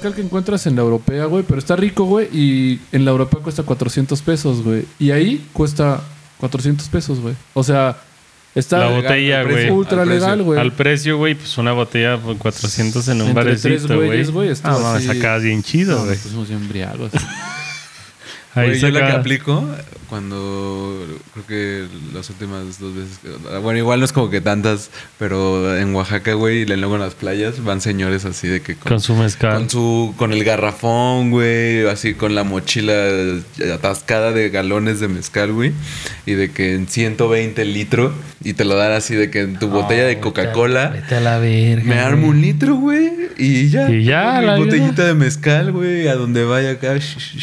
mezcal que encuentras en la europea, güey, pero está rico, güey, y en la europea cuesta 400 pesos, güey. Y ahí cuesta 400 pesos, güey. O sea, está la botella, güey. Ultra legal, güey. Al precio, güey, pues una botella por 400 en un Entre barecito, tres güeyes, güey. Ah, vamos, acá bien chido, güey. Nos pusimos bien briagos. Güey, yo la que aplico cuando creo que las últimas 2 veces, bueno, igual no es como que tantas, pero en Oaxaca, güey, y luego en las playas van señores así de que con su mezcal, con el garrafón, güey, así con la mochila atascada de galones de mezcal, güey, y de que en 120 litros y te lo dan así de que en tu botella de Coca-Cola, vete a la verga, me armo un litro, güey, y ya la botellita de mezcal, güey, a donde vaya acá.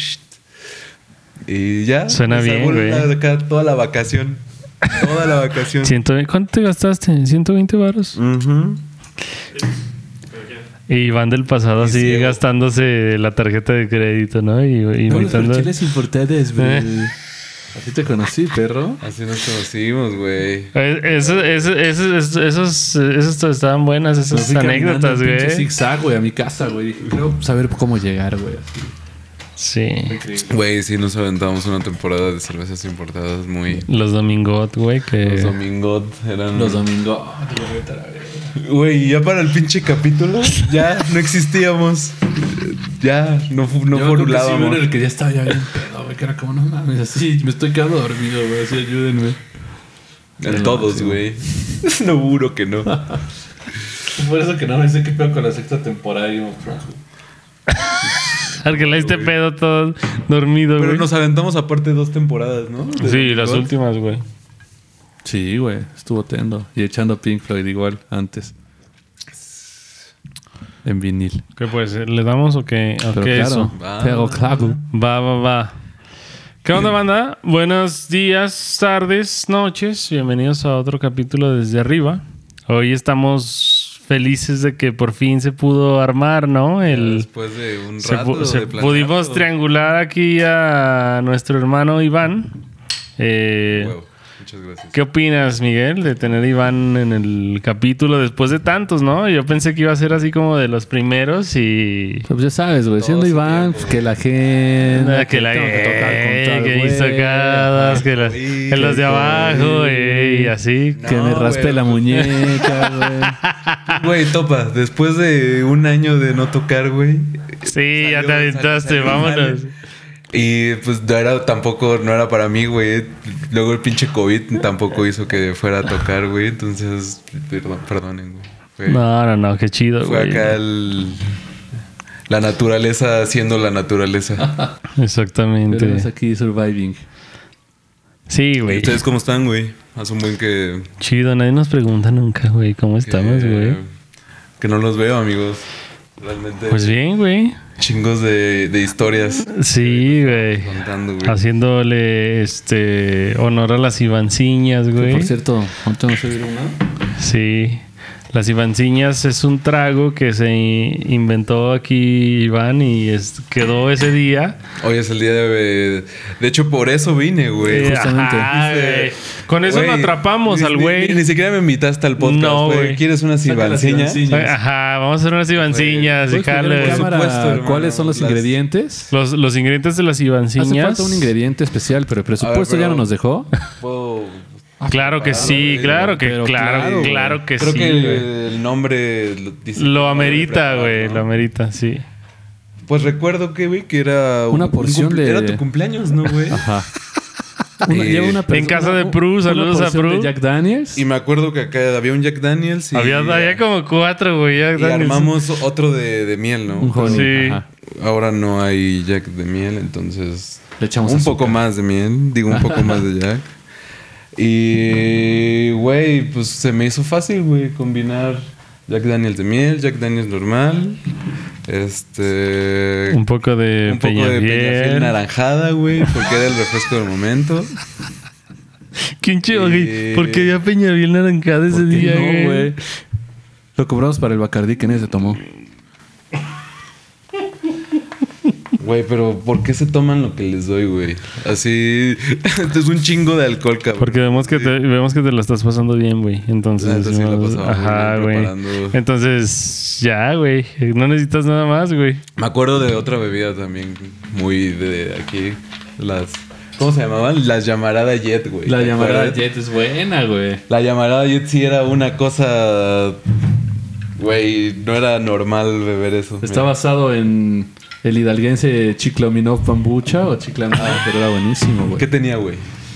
Y ya. Suena bien, güey. Acá toda la vacación. Toda la vacación. ¿Cuánto te gastaste? ¿120 varos? Y Iván del pasado así ciego, gastándose la tarjeta de crédito, ¿no? Y invitando... chiles importados, güey. Así te conocí, perro. Así nos conocimos, güey. Esos estaban buenas, esas anécdotas, güey. Zigzag, güey, a mi casa, güey. Dije, quiero saber cómo llegar, güey. Así. Sí. Güey, sí nos aventamos una temporada de cervezas importadas muy... Los Domingot, güey, que... Los Domingot eran... Los Domingot. Güey, ya para el pinche capítulo ya no existíamos. Ya no forulábamos. Sí, el que ya estaba ya bien pedo, güey, que era como, no mames, así me estoy quedando dormido, güey, así ayúdenme. En todos, güey. No juro que no. Por eso que no me sé qué pedo con la sexta temporada y Porque le diste pedo todo dormido, güey. Pero nos aventamos aparte 2 temporadas, ¿no? Sí, las últimas, güey. Sí, güey. Estuvo tendo. Y echando Pink Floyd igual antes. En vinil. ¿Qué pues? ¿Le damos o qué? Pero claro. Eso? Pero claro. Va. ¿Qué onda, banda? Buenos días, tardes, noches. Bienvenidos a otro capítulo desde arriba. Hoy estamos felices de que por fin se pudo armar, ¿no? Después de un rato pudimos triangular aquí a nuestro hermano Iván. Wow. Muchas gracias. ¿Qué opinas, Miguel, de tener a Iván en el capítulo después de tantos, no? Yo pensé que iba a ser así como de los primeros y... Pues ya sabes, güey. Siendo Iván, pues que la gente... Que mis tocadas, que los de abajo, y así. No, que me raspe la muñeca, güey. Güey, topa. Después de un año de no tocar, güey. Sí, ya te aventaste. Vámonos. Y pues no era para mí, güey. Luego el pinche COVID tampoco hizo que fuera a tocar, güey. Entonces, perdonen, güey. No, qué chido, fue güey. Fue acá la naturaleza siendo la naturaleza. Exactamente. Tenemos aquí surviving. Sí, güey. ¿Ustedes cómo están, güey? Hace un buen que... Chido, nadie nos pregunta nunca, güey. ¿Cómo estamos, güey? Que no los veo, amigos. Realmente... Pues bien, güey. Chingos de historias. Sí, güey. Contando, güey. Haciéndole honor a las Ivanciñas, güey. Sí, por cierto, ¿cuánto no se vieron una? Sí. Las Ivanciñas es un trago que se inventó aquí Iván y quedó ese día. Hoy es el día de... De hecho, por eso vine, güey. Justamente. Güey. Con eso lo atrapamos al güey. Ni siquiera me invitaste al podcast, no, güey. ¿Quieres unas Ivanciñas? Ajá, vamos a hacer unas Ivanciñas. ¿Cuáles son los ingredientes? Los ingredientes de las Ivanciñas. Hace falta un ingrediente especial, pero el presupuesto ya no nos dejó. Claro que sí, claro que sí. Creo que el nombre lo amerita, güey. Lo amerita, sí. Pues recuerdo que era una porción de... Era tu cumpleaños, ¿no, güey? Ajá. En casa de Prue, saludos a Prue. De Jack Daniels. Y me acuerdo que acá había un Jack Daniels. Y había como 4, güey. Jack y Daniels. Armamos otro de miel, ¿no? Un honey. Sí. Ajá. Ahora no hay Jack de miel, entonces... Le echamos un poco más de miel. Digo, un poco más de Jack. Y, güey, pues se me hizo fácil, güey, combinar Jack Daniels de miel, Jack Daniels normal, un poco de Peñafiel naranjada, güey, porque era el refresco del momento. ¿Quién chido, güey? ¿Por qué había Peñafiel naranjada ese día, güey? Lo cobramos para el Bacardí que nadie se tomó. Güey, pero ¿por qué se toman lo que les doy, güey? Así... es un chingo de alcohol, cabrón. Porque vemos que te lo estás pasando bien, güey. Entonces... Sí, la pasaba ajá, muy bien güey. preparando. Entonces, ya, güey. No necesitas nada más, güey. Me acuerdo de otra bebida también muy de aquí. ¿Cómo se llamaban? Las Llamarada Jet, güey. La ¿Te Llamarada acuerdas? Jet es buena, güey. La Llamarada Jet sí era una cosa... Güey, no era normal beber eso. Está basado en el hidalguense Chiclaminov Pambucha o Chiclaminov, pero era buenísimo, güey. ¿Qué tenía, güey?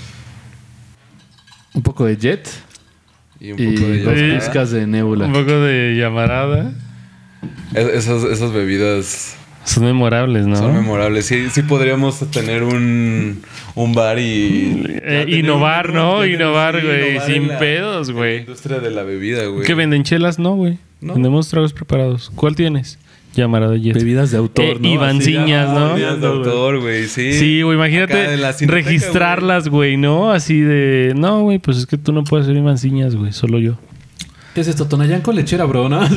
Un poco de Jet Y un y poco de dos Llamarada. pizcas de Nebula. Un poco de llamarada. Esas bebidas Son memorables, ¿no? son memorables. Sí podríamos tener un bar y... Innovar, ¿no? Innovar, güey. innovar Sin en la- pedos, en la güey. industria de la bebida, güey. ¿Qué venden chelas? No, güey. No. Vendemos tragos preparados. ¿Cuál tienes? Llamarada Jet. Bebidas de autor, ¿no? Y Vanciñas, Así, ¿no? Bebidas de autor, güey, sí. Sí, güey, Acá imagínate en la Cineteca, registrarlas, güey, ¿no? Así de... No, güey, pues es que tú no puedes hacer Vanciñas, güey. Solo yo. ¿Qué es esto? Tonayán con lechera, bro, ¿no?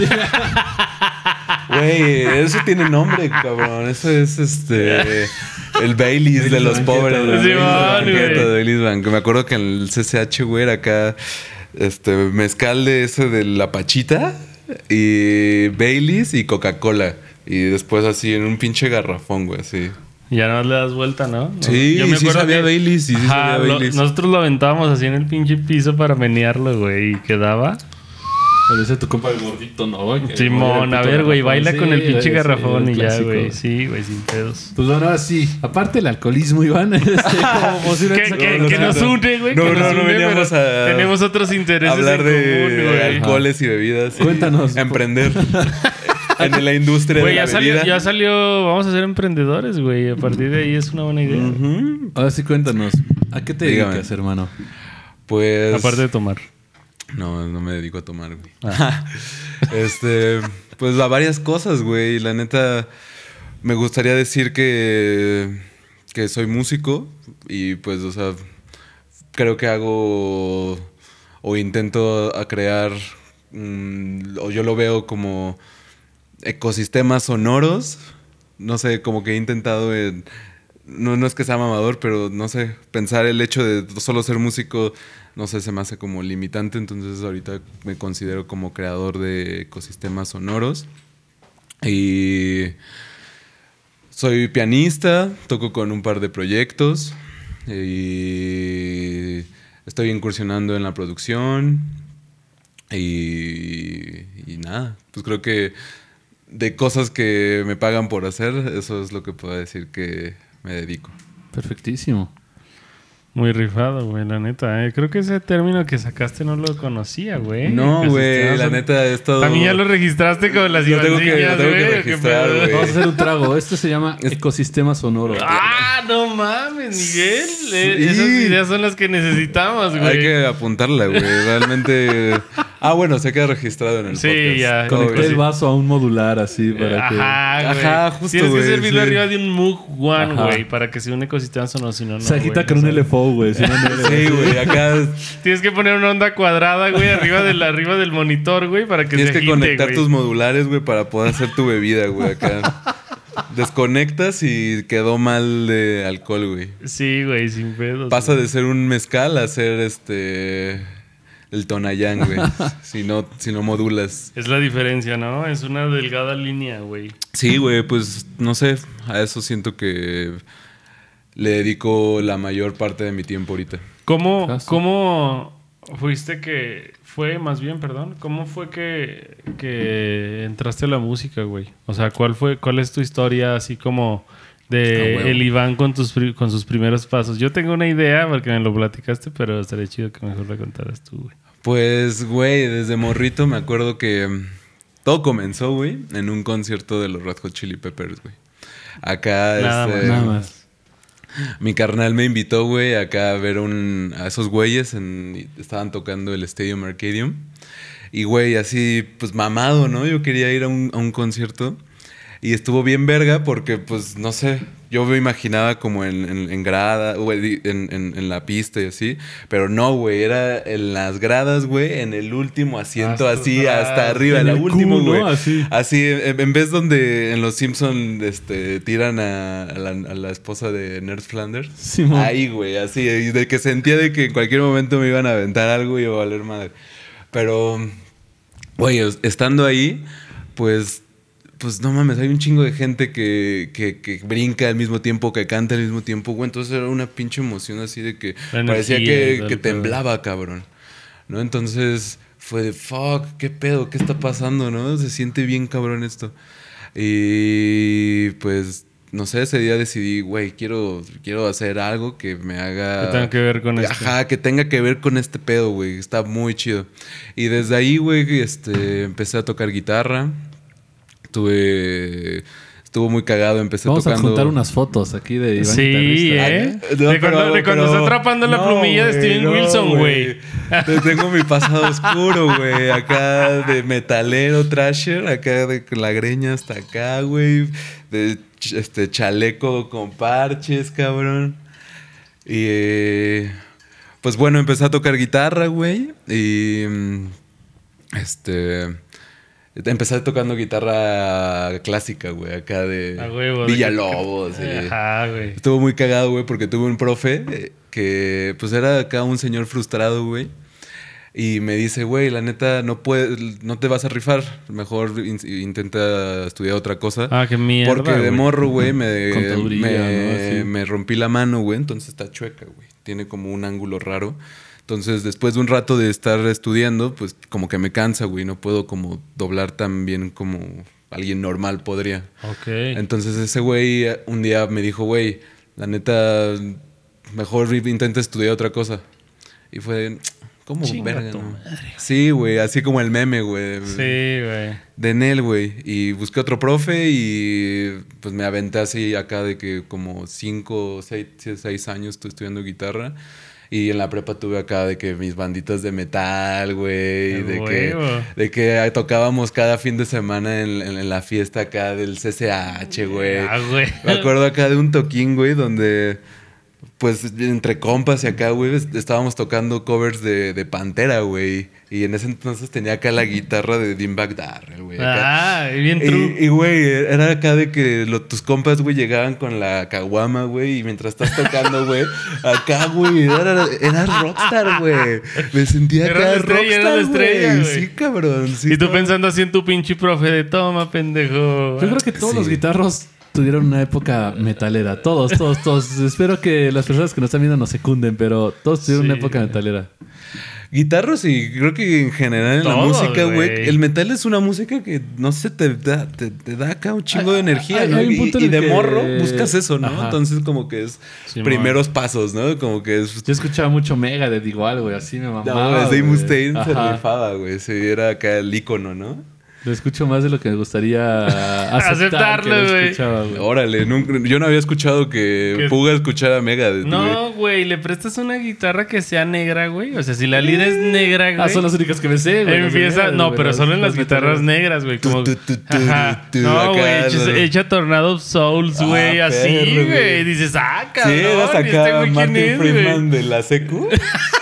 Güey, eso tiene nombre, cabrón. Eso es el Baileys de los Banqueta, pobres. güey. Sí, güey. de Baileys Bank. Me acuerdo que en el CCH, güey, era acá mezcal de ese de la Pachita y Baileys y Coca-Cola. Y después así en un pinche garrafón, güey, así. Ya no le das vuelta, ¿no? Sí, Yo me sí acuerdo sabía que- Baileys, sí Ajá, sabía Baileys. nosotros lo aventábamos así en el pinche piso para menearlo, güey. Y quedaba... Parece tu compa el gordito, ¿no? Güey? Que Simón, mueve a el ver, puto güey, garrafón. baila con el Sí, pinche sí, garrafón el y ya, clásico. güey. Sí, güey, sin pedos. Pues bueno, ahora sí. Aparte el alcoholismo, Iván. Como posiblemente Que sacamos nos los- une, güey. No, que no, nos no une, veníamos pero a tenemos otros intereses hablar en de común, güey. alcoholes y bebidas. Sí. Cuéntanos. Emprender en la industria Güey, de la ya bebida. salió, vamos a ser emprendedores, güey. A partir de ahí es una buena idea. Ujú. Ahora sí, cuéntanos. ¿A qué te Dígame. dedicas, hermano? Pues... Aparte de tomar. No me dedico a tomar, güey. Pues a varias cosas, güey. La neta, me gustaría decir que soy músico y pues, o sea, creo que hago o intento a crear, o yo lo veo como ecosistemas sonoros. No sé, como que he intentado no es que sea mamador, pero no sé, pensar el hecho de solo ser músico, no sé, se me hace como limitante. Entonces ahorita me considero como creador de ecosistemas sonoros. Y soy pianista, toco con un par de proyectos y estoy incursionando en la producción y nada, pues creo que de cosas que me pagan por hacer, eso es lo que puedo decir que me dedico. Perfectísimo. Muy rifado, güey, la neta. Creo que ese término que sacaste no lo conocía, güey. No, Pues, güey, la neta es todo... También ya lo registraste con las Lo tengo que- Ivancillas, lo tengo que güey. ¿o qué registrar, pedo? güey. Vamos a hacer un trago. Esto se llama ecosistema sonoro. Ah, no mames, Miguel. Sí. Esas ideas son las que necesitamos, güey. Hay que apuntarla, güey. Realmente... Bueno, se queda registrado en el Sí, podcast. ya. Todo Conecté bien. el vaso a un modular así para que... Ajá, güey. Ajá, justo, Tienes que güey, servirlo sí. arriba de un Moog One, Ajá. güey, para que sea un ecosistema sonoro, si no, no. Se agita güey, con no un sabe. LFO, güey. Si no, no eres- Sí, güey, acá Tienes que poner una onda cuadrada, güey, arriba del monitor, güey, para que tienes se que agite, conectar güey. tus modulares, güey, para poder hacer tu bebida, güey, acá. Desconectas y quedó mal de alcohol, güey. Sí, güey, sin pedos. Pasa güey. de ser un mezcal a ser el Tonayán, güey. si no modulas. Es la diferencia, ¿no? Es una delgada línea, güey. Sí, güey, pues no sé. A eso siento que le dedico la mayor parte de mi tiempo ahorita. ¿Cómo fuiste que... Más bien, perdón. ¿Cómo fue que entraste a la música, güey? O sea, ¿cuál es tu historia así como de huevo. el Iván con sus primeros pasos? Yo tengo una idea porque me lo platicaste, pero estaría chido que mejor la contaras tú, güey. Pues, güey, desde morrito me acuerdo que todo comenzó, güey, en un concierto de los Red Hot Chili Peppers, güey. Acá, Nada más. mi carnal me invitó, güey, acá a ver a esos güeyes. Estaban tocando el Stadium Arcadium. Y, güey, así, pues mamado, ¿no? Yo quería ir a un concierto. Y estuvo bien verga porque, pues, no sé, yo me imaginaba como en grada, güey, en la pista y así. Pero no, güey, era en las gradas, güey, en el último asiento, así, hasta arriba, el último, güey. ¿no? Así, en vez donde en Los Simpsons tiran a la esposa de Nerd Flanders. Sí, mo. Ahí, güey, así, y de que sentía de que en cualquier momento me iban a aventar algo y iba a valer madre. Pero, güey, estando ahí, pues no mames, hay un chingo de gente que brinca al mismo tiempo, que canta al mismo tiempo, güey. Entonces era una pinche emoción así de que parecía que temblaba, cabrón, ¿no? Entonces fue de, fuck, ¿qué pedo? ¿Qué está pasando, no? Se siente bien cabrón esto. Y pues, no sé, ese día decidí, güey, quiero hacer algo que me haga... Que tenga que ver con esto. Ajá, que tenga que ver con este pedo, güey. Está muy chido. Y desde ahí, güey, empecé a tocar guitarra. Estuvo muy cagado, Vamos a juntar unas fotos aquí de Iván sí, guitarrista. de cuando está atrapando la plumilla de Steven Wilson, güey. Tengo mi pasado oscuro, güey. Acá de metalero, thrasher. Acá de la greña hasta acá, güey. De chaleco con parches, cabrón. Y pues bueno, empecé a tocar guitarra, güey. Y empecé tocando guitarra clásica, güey, acá de Villalobos. Ajá, güey. Estuvo muy cagado, güey, porque tuve un profe que pues era acá un señor frustrado, güey. Y me dice, güey, la neta, no te vas a rifar. Mejor intenta estudiar otra cosa. Ah, qué mierda, porque de morro, güey, ¿no? me rompí la mano, güey. Entonces está chueca, güey. Tiene como un ángulo raro. Entonces, después de un rato de estar estudiando, pues como que me cansa, güey. No puedo como doblar tan bien como alguien normal podría. Ok. Entonces, ese güey un día me dijo, güey, la neta, mejor intenta estudiar otra cosa. Y fue, ¿cómo verga, no? Sí, güey, así como el meme, güey. Sí, güey. De Nel, güey. Y busqué otro profe y pues me aventé así acá de que como 5 o 6 años estoy estudiando guitarra. Y en la prepa tuve acá de que mis banditas de metal, güey. De que tocábamos cada fin de semana en la fiesta acá del CCH, güey. Ah, güey. Me acuerdo acá de un toquín, güey, donde pues entre compas y acá, güey, estábamos tocando covers de Pantera, güey. Y en ese entonces tenía acá la guitarra de Dimebag Darrell, güey. Ah, bien true. Y, güey, era acá de que tus compas, güey, llegaban con la caguama, güey. Y mientras estás tocando, güey, acá, güey, era rockstar, güey. Me sentía acá rockstar, güey. Sí, cabrón. Sí, y tú pensando así en tu pinche profe de toma, pendejo. Yo creo que todos los guitarros tuvieron una época metalera. Todos. Espero que las personas que nos están viendo nos secunden, pero todos tuvieron una época metalera. Guitarros y creo que en general en la música, güey. El metal es una música que, no sé, te da acá un chingo de energía, ¿no? Y de morro buscas eso, ¿no? Ajá. Entonces como que es primeros pasos, ¿no? Como que es... Yo escuchaba mucho Megadeth igual, güey. Así me mamaba. No, Dave Mustaine se rifaba, güey. Sí, era acá el ícono, ¿no? Lo escucho más de lo que me gustaría aceptarlo, güey. Órale, yo no había escuchado que Puga escuchara a Megadeth. No, güey, le prestas una guitarra que sea negra, güey. O sea, si la lira es negra, güey. Son las únicas que me sé, güey. Empieza, no, pero solo en las guitarras negras, güey. Como... No, güey, echa Tornado of Souls, güey, así, güey. Dices, cabrón. Sí, eras acá Martin Friedman de la secu.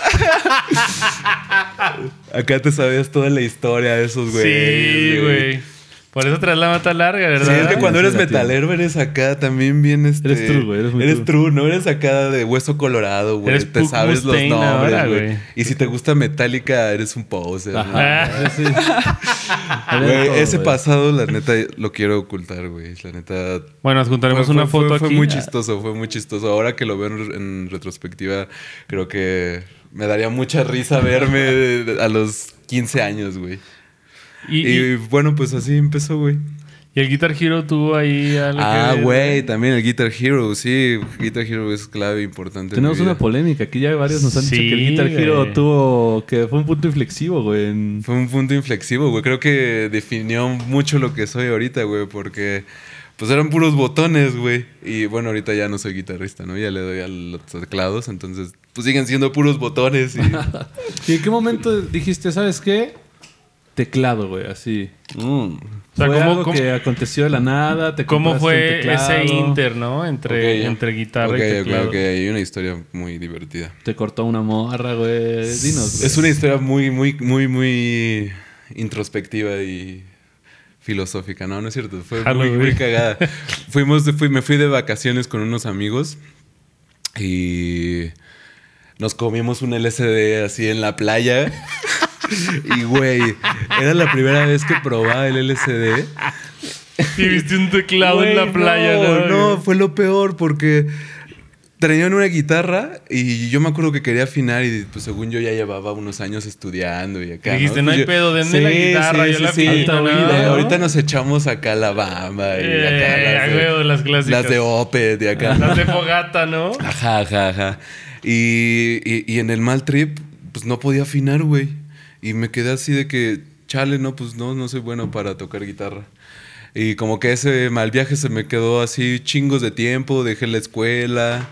Acá te sabías toda la historia de esos güeyes. Sí, güey. Por eso traes la mata larga, ¿verdad? Sí, es que cuando eres metalero eres acá también bien Eres true, güey. Eres true, no eres acá de hueso colorado, güey. Te sabes los nombres, güey. Y si te gusta Metallica, eres un poser. Ajá. Sí. Güey, ese pasado, la neta, lo quiero ocultar, güey. La neta... Bueno, nos juntaremos una foto aquí. Fue muy chistoso. Ahora que lo veo en retrospectiva, creo que me daría mucha risa verme a los 15 años, güey. Y bueno, pues así empezó, güey. ¿Y el Guitar Hero tuvo ahí algo que ver? Güey, también el Guitar Hero, sí. Guitar Hero es clave, importante. Tenemos una polémica. Aquí ya varios nos han dicho que el Guitar Hero que fue un punto inflexivo, güey. Fue un punto inflexivo, güey. Creo que definió mucho lo que soy ahorita, güey, porque... Pues eran puros botones, güey. Y bueno, ahorita ya no soy guitarrista, ¿no? Ya le doy a los teclados, entonces pues siguen siendo puros botones. ¿Y en qué momento dijiste, sabes qué? teclado, güey, así. O sea, fue algo que aconteció de la nada. ¿Cómo fue ese inter, no? Entre guitarra y teclado. Ok, hay una historia muy divertida. Te cortó una morra, güey. Dinos, güey. Es una historia muy introspectiva y filosófica. No es cierto. Fue muy cagada. Me fui de vacaciones con unos amigos y nos comimos un LSD así en la playa. Y, güey, era la primera vez que probaba el LSD. Y viste un teclado en la playa, ¿no? No, fue lo peor porque traían una guitarra y yo me acuerdo que quería afinar y pues según yo ya llevaba unos años estudiando y acá. Dijiste, no hay pedo, denme la guitarra, yo la afino, ¿no? Ahorita nos echamos acá la Bamba y acá las clásicas. Las de Opeth y acá. Las de Fogata, ¿no? Ajá. Y en el mal trip, pues no podía afinar, güey. Y me quedé así de que, chale, no, pues no soy bueno para tocar guitarra. Y como que ese mal viaje se me quedó así chingos de tiempo, dejé la escuela,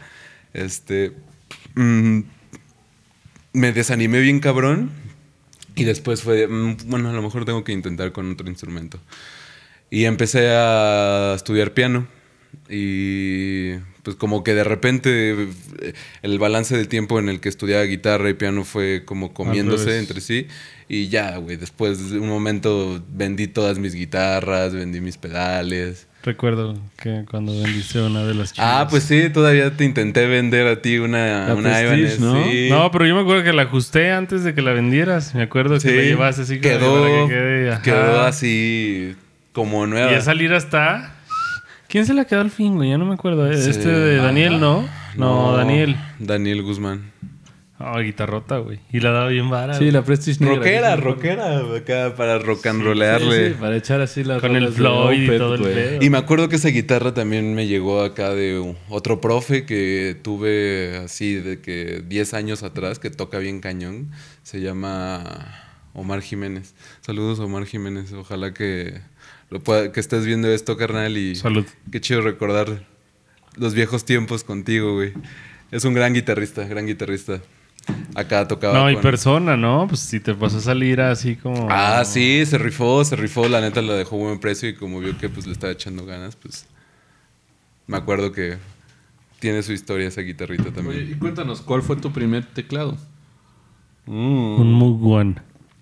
me desanimé bien cabrón. Y después fue, bueno, a lo mejor tengo que intentar con otro instrumento. Y empecé a estudiar piano. Y pues como que de repente el balance del tiempo en el que estudiaba guitarra y piano fue como comiéndose entre sí. Y ya, güey, después de un momento vendí todas mis guitarras, vendí mis pedales. Recuerdo que cuando vendiste una de las chicas. Pues sí, todavía te intenté vender a ti una Prestige, ¿no? Sí. No, pero yo me acuerdo que la ajusté antes de que la vendieras. Me acuerdo que la llevaste así como quedó así como nueva. Y a salir hasta... ¿Quién se la quedó al fin, güey? Ya no me acuerdo. De Daniel, ¿no? No, Daniel. Daniel Guzmán. Guitarrota, güey. Y la daba bien vara. Sí, la Prestige negra. Rockera. Acá para rock and rollearle. Sí, para echar así las con el Floyd y todo el pedo. Y me acuerdo que esa guitarra también me llegó acá de otro profe que tuve así de que 10 años atrás, que toca bien cañón. Se llama Omar Jiménez. Saludos, Omar Jiménez. Ojalá que estés viendo esto, carnal. Y salud. Qué chido recordar los viejos tiempos contigo, güey. Es un gran guitarrista. Acá tocaba. No, y persona, ¿no? Pues si te vas a salir así como. Sí, se rifó. La neta la dejó buen precio y como vio que pues le estaba echando ganas, pues. Me acuerdo que tiene su historia esa guitarrita también. Oye, y cuéntanos, ¿cuál fue tu primer teclado? Un Moog One.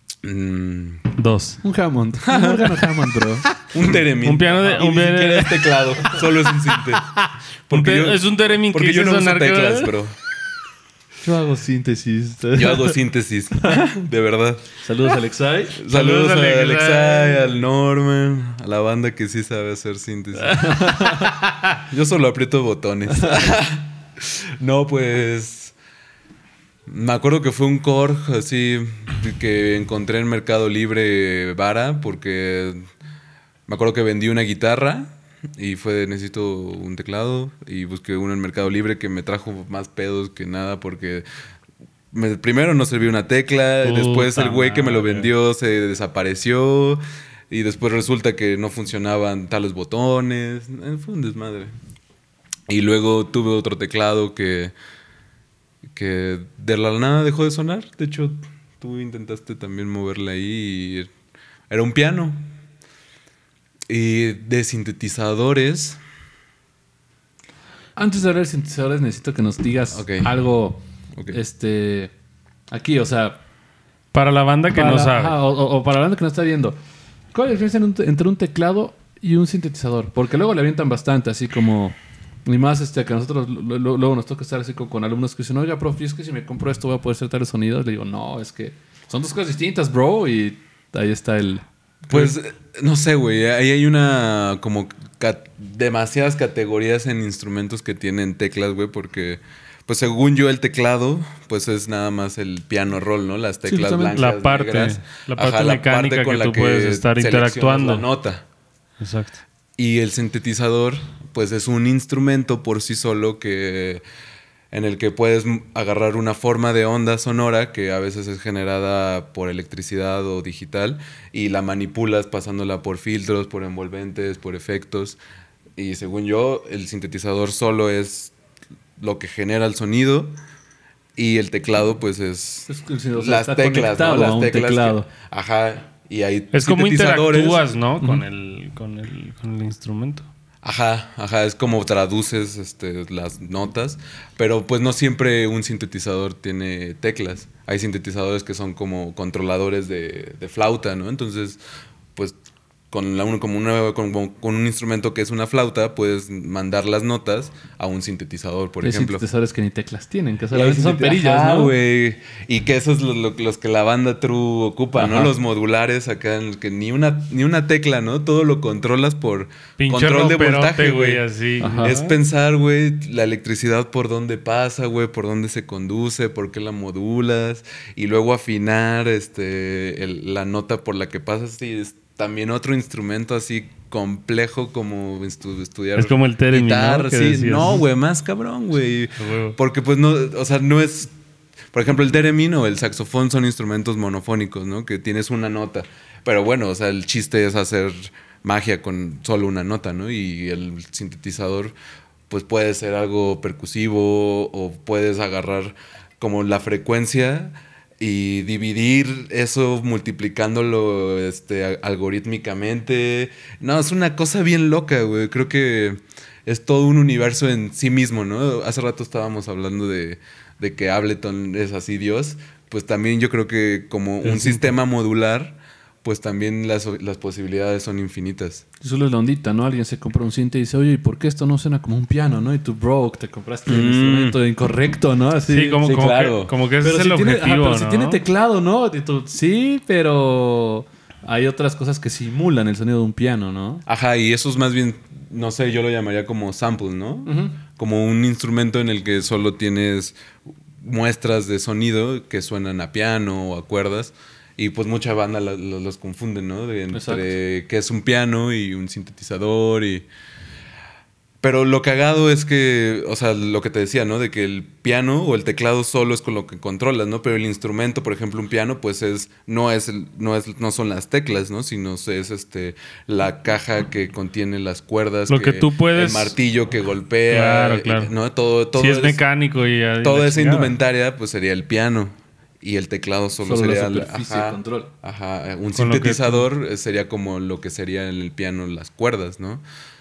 2. Un Hammond. Un órgano Hammond, bro. Un Theremin. Un piano de. Ni siquiera es teclado, solo es un sinte. Es un Theremin porque que yo no uso teclas, bro. Yo hago síntesis. De verdad. Saludos a Alexai. Saludos a Alexai, al Norman, a la banda que sí sabe hacer síntesis. Yo solo aprieto botones. No, pues... Me acuerdo que fue un Korg así que encontré en Mercado Libre vara porque me acuerdo que vendí una guitarra y necesito un teclado y busqué uno en Mercado Libre que me trajo más pedos que nada porque primero no servía una tecla, después el güey que me lo vendió se desapareció y después resulta que no funcionaban tales botones. Fue un desmadre. Y luego tuve otro teclado que de la nada dejó de sonar. De hecho, tú intentaste también moverla ahí y era un piano. Y de sintetizadores... Antes de hablar de sintetizadores, necesito que nos digas algo aquí, o sea... Para la banda que no sabe. O para la banda que no está viendo. ¿Cuál es la diferencia entre un teclado y un sintetizador? Porque luego le avientan bastante, así como... Y más que a nosotros luego nos toca estar así con alumnos que dicen, oiga, profe, es que si me compro esto voy a poder hacer tales sonidos. Le digo, no, es que son dos cosas distintas, bro. Y ahí está el... Pues, no sé, güey. Ahí hay una como demasiadas categorías en instrumentos que tienen teclas, güey, porque... Pues según yo el teclado, pues es nada más el piano roll, ¿no? Las teclas blancas, la parte negras. mecánica con que la tú puedes estar interactuando. La nota. Exacto. Y el sintetizador, pues es un instrumento por sí solo en el que puedes agarrar una forma de onda sonora que a veces es generada por electricidad o digital y la manipulas pasándola por filtros, por envolventes, por efectos. Y según yo, el sintetizador solo es lo que genera el sonido y el teclado pues es las teclas, ¿no? Las teclas. y hay es como sintetizadores. interactúas, ¿no? Con el instrumento. Ajá, es como traduces las notas, pero pues no siempre un sintetizador tiene teclas. Hay sintetizadores que son como controladores de flauta, ¿no? Entonces, pues con un instrumento que es una flauta, puedes mandar las notas a un sintetizador, por ejemplo. Hay sintetizadores que ni teclas tienen, que solamente son perillas, ¿no? Güey. Y que esos los que la banda true ocupa, ¿no? Los modulares acá, que ni una tecla, ¿no? Todo lo controlas por Pinche control de voltaje, güey. Así. Ajá. Es pensar, güey, la electricidad por dónde pasa, güey, por dónde se conduce, por qué la modulas, y luego afinar la nota por la que pasas. Sí, es también otro instrumento así complejo como estudiar. Es como el theremin, guitarra, ¿no? Que sí. decías. No, güey, más cabrón, güey. Huevo. Porque pues no, o sea, no es... Por ejemplo, el theremin o el saxofón son instrumentos monofónicos, ¿no? Que tienes una nota. Pero bueno, o sea, el chiste es hacer magia con solo una nota, ¿no? Y el sintetizador pues puede ser algo percusivo o puedes agarrar como la frecuencia y dividir eso multiplicándolo algorítmicamente. No, es una cosa bien loca, güey. Creo que es todo un universo en sí mismo, ¿no? Hace rato estábamos hablando de que Ableton es así Dios. Pues también yo creo que como un sistema modular, pues también las posibilidades son infinitas. Solo es la ondita, ¿no? Alguien se compra un synth y dice, oye, ¿y por qué esto no suena como un piano, no? Y tú, bro, te compraste el instrumento incorrecto, ¿no? Así. Sí, como claro. como que ese Pero es si el tiene, objetivo, pero ¿no? si tiene teclado, ¿no? Y tú, sí, pero hay otras cosas que simulan el sonido de un piano, ¿no? Ajá, y eso es más bien, no sé, yo lo llamaría como sample, ¿no? Como un instrumento en el que solo tienes muestras de sonido que suenan a piano o a cuerdas. Y pues mucha banda los confunden, ¿no? Entre que es un piano y un sintetizador y... Pero lo cagado es que, o sea, lo que te decía, ¿no? De que el piano o el teclado solo es con lo que controlas, ¿no? Pero el instrumento, por ejemplo, un piano, pues no son las teclas, ¿no? Sino es la caja que contiene las cuerdas. Lo que tú puedes... El martillo que golpea. Claro. ¿no? Todo si es mecánico y... Toda esa indumentaria, pues sería el piano. Y el teclado solo sería la superficie de control. Ajá. Un sintetizador sería como lo que sería en el piano las cuerdas, ¿no?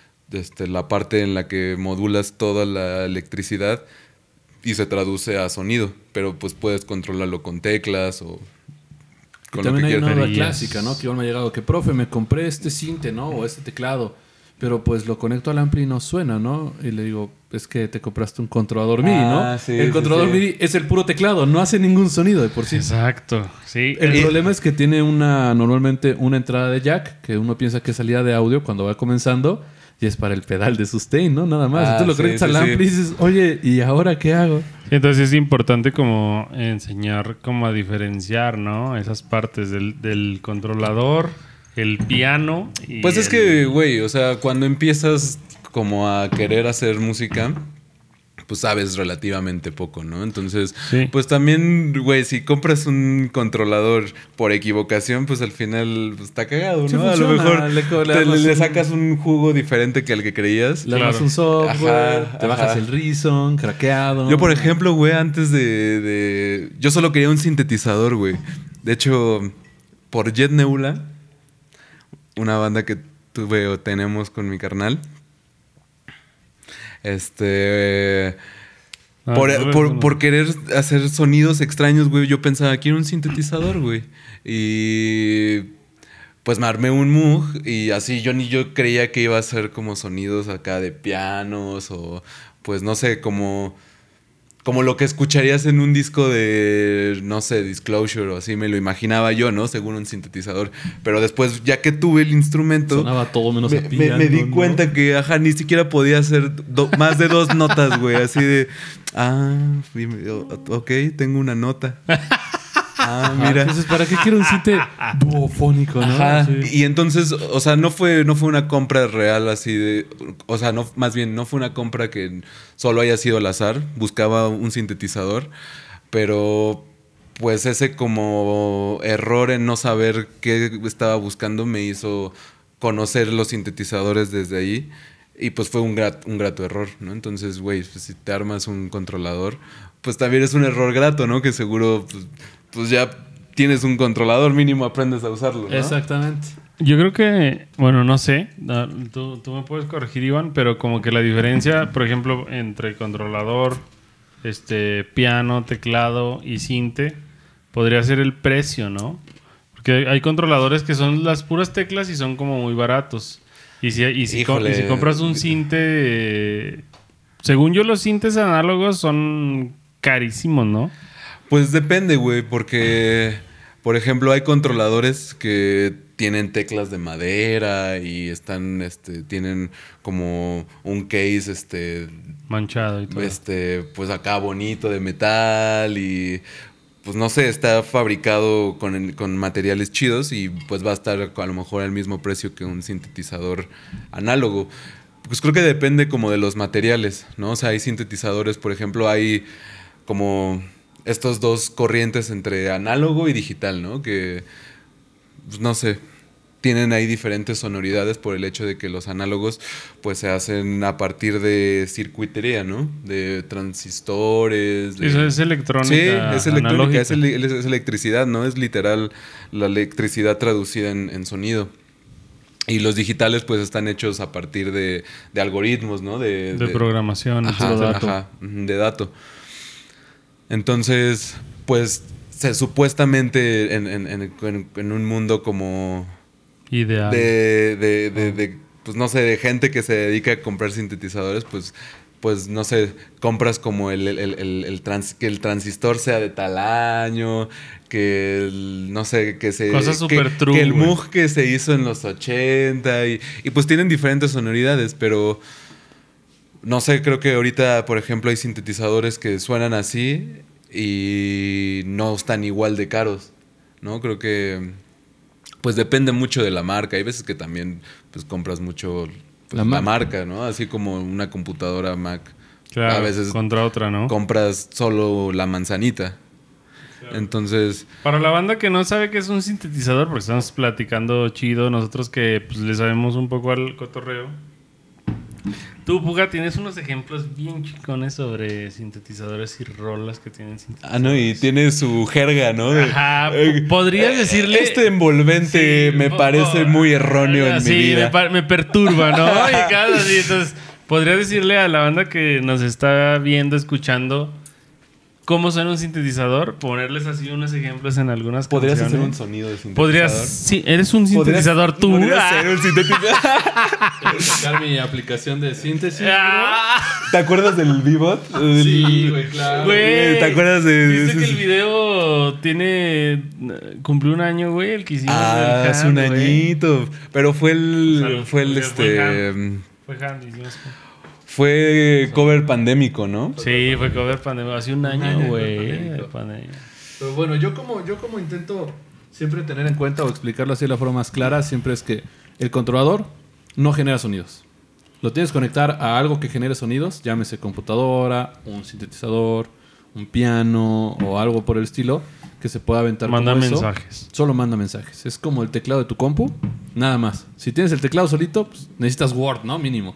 La parte en la que modulas toda la electricidad y se traduce a sonido. Pero pues puedes controlarlo con teclas o con y también lo que hay una quieras. duda clásica, ¿no? Que igual me ha llegado que, profe, me compré este sinte, ¿no? O este teclado. Pero pues lo conecto al ampli y no suena, ¿no? Y le digo, es que te compraste un controlador MIDI, ¿no? Sí, el controlador MIDI es el puro teclado, no hace ningún sonido de por sí. Exacto, sí. El problema es que tiene normalmente una entrada de jack, que uno piensa que es salida de audio cuando va comenzando, y es para el pedal de sustain, ¿no? Nada más. Entonces lo conectas al ampli y dices, oye, ¿y ahora qué hago? Entonces es importante como enseñar cómo a diferenciar, ¿no? Esas partes del controlador, el piano y Pues es que, güey, o sea, cuando empiezas como a querer hacer música, pues sabes relativamente poco, ¿no? Entonces, pues también, güey, si compras un controlador por equivocación, pues al final pues, está cagado, ¿no? Sí, a lo funciona. mejor le sacas un jugo diferente que al que creías. Le das un software, te bajas el Reason, craqueado. Yo, por ejemplo, güey, antes yo solo quería un sintetizador, güey. De hecho, por Jet Nebula, una banda que tuve o tenemos con mi carnal, por querer hacer sonidos extraños, güey, yo pensaba, quiero un sintetizador, güey. Y pues me armé un Moog y así yo creía que iba a ser como sonidos acá de pianos o pues no sé, como lo que escucharías en un disco de, no sé, Disclosure o así, me lo imaginaba yo, ¿no? Según un sintetizador. Pero después, ya que tuve el instrumento... Sonaba todo menos a piano, me di cuenta que, ni siquiera podía hacer más de 2 notas, güey. Así de, ok, tengo una nota. Mira. Entonces, ¿para qué quiero un sinte duofónico, no? Ajá. Sí. Y entonces, o sea, no fue una compra real así de... O sea, más bien, no fue una compra que solo haya sido al azar. Buscaba un sintetizador. Pero, pues, ese como error en no saber qué estaba buscando me hizo conocer los sintetizadores desde ahí. Y, pues, fue un grato error, ¿no? Entonces, güey, pues, si te armas un controlador, pues, también es un error grato, ¿no? Que seguro, pues ya tienes un controlador mínimo, aprendes a usarlo, ¿no? Exactamente. Yo creo que, bueno, no sé, tú me puedes corregir, Iván, pero como que la diferencia, por ejemplo, entre controlador, piano, teclado y sinte, podría ser el precio, ¿no? Porque hay controladores que son las puras teclas y son como muy baratos. Y si compras un sinte, según yo los sintes análogos son carísimos, ¿no? Pues depende, güey, porque, por ejemplo, hay controladores que tienen teclas de madera y tienen como un case, manchado y todo. Pues acá bonito de metal y, pues no sé, está fabricado con materiales chidos y pues va a estar a lo mejor al mismo precio que un sintetizador análogo. Pues creo que depende como de los materiales, ¿no? O sea, hay sintetizadores, por ejemplo, hay como estos dos corrientes entre análogo y digital, ¿no? Que, pues no sé, tienen ahí diferentes sonoridades por el hecho de que los análogos pues se hacen a partir de circuitería, ¿no? De transistores. Eso es electrónica. Sí, es electrónica, es electricidad, ¿no? Es literal la electricidad traducida en sonido. Y los digitales pues están hechos a partir de algoritmos, ¿no? De programación, de dato. Entonces, pues supuestamente en un mundo como ideal pues no sé, de gente que se dedica a comprar sintetizadores, pues no sé, compras como que el transistor sea de tal año, que no sé, cosas super true, que el Moog que se hizo en los 80 y pues tienen diferentes sonoridades, pero no sé, creo que ahorita, por ejemplo, hay sintetizadores que suenan así y no están igual de caros, ¿no? Creo que pues depende mucho de la marca. Hay veces que también pues compras mucho pues, la marca, ¿no? Así como una computadora Mac. Claro, a veces contra otra, ¿no? Compras solo la manzanita. Claro. Entonces, para la banda que no sabe qué es un sintetizador, porque estamos platicando chido, nosotros que pues, le sabemos un poco al cotorreo. Tú, Puga, tienes unos ejemplos bien chicones sobre sintetizadores y rolas que tienen sintetizadores. No, y tiene su jerga, ¿no? Ajá, podrías decirle... Este envolvente sí, me parece muy erróneo en mi vida. Me perturba, ¿no? Y cada así, entonces, podrías decirle a la banda que nos está viendo, escuchando, cómo suena un sintetizador, ponerles así unos ejemplos en algunas ¿Podrías canciones. hacer un sonido de sintetizador? Sí, eres un sintetizador tú. ¿Podrías ser un sintetizador? Sacar mi aplicación de síntesis, ¿Te acuerdas del Vbot? Sí, güey, claro. Güey, ¿te acuerdas de...? Dice que el video cumplió un año, güey, el que hicimos. Hace un añito. Pero fue el... Fue Handy, hicimos... Fue cover pandémico, ¿no? Sí, fue cover pandémico. Hace un año, güey. Pero bueno, yo como intento siempre tener en cuenta o explicarlo así de la forma más clara, siempre es que el controlador no genera sonidos. Lo tienes que conectar a algo que genere sonidos, llámese computadora, un sintetizador, un piano o algo por el estilo, que se pueda aventar manda como mensajes. Eso. Solo manda mensajes. Es como el teclado de tu compu, nada más. Si tienes el teclado solito, pues necesitas Word, ¿no? Mínimo.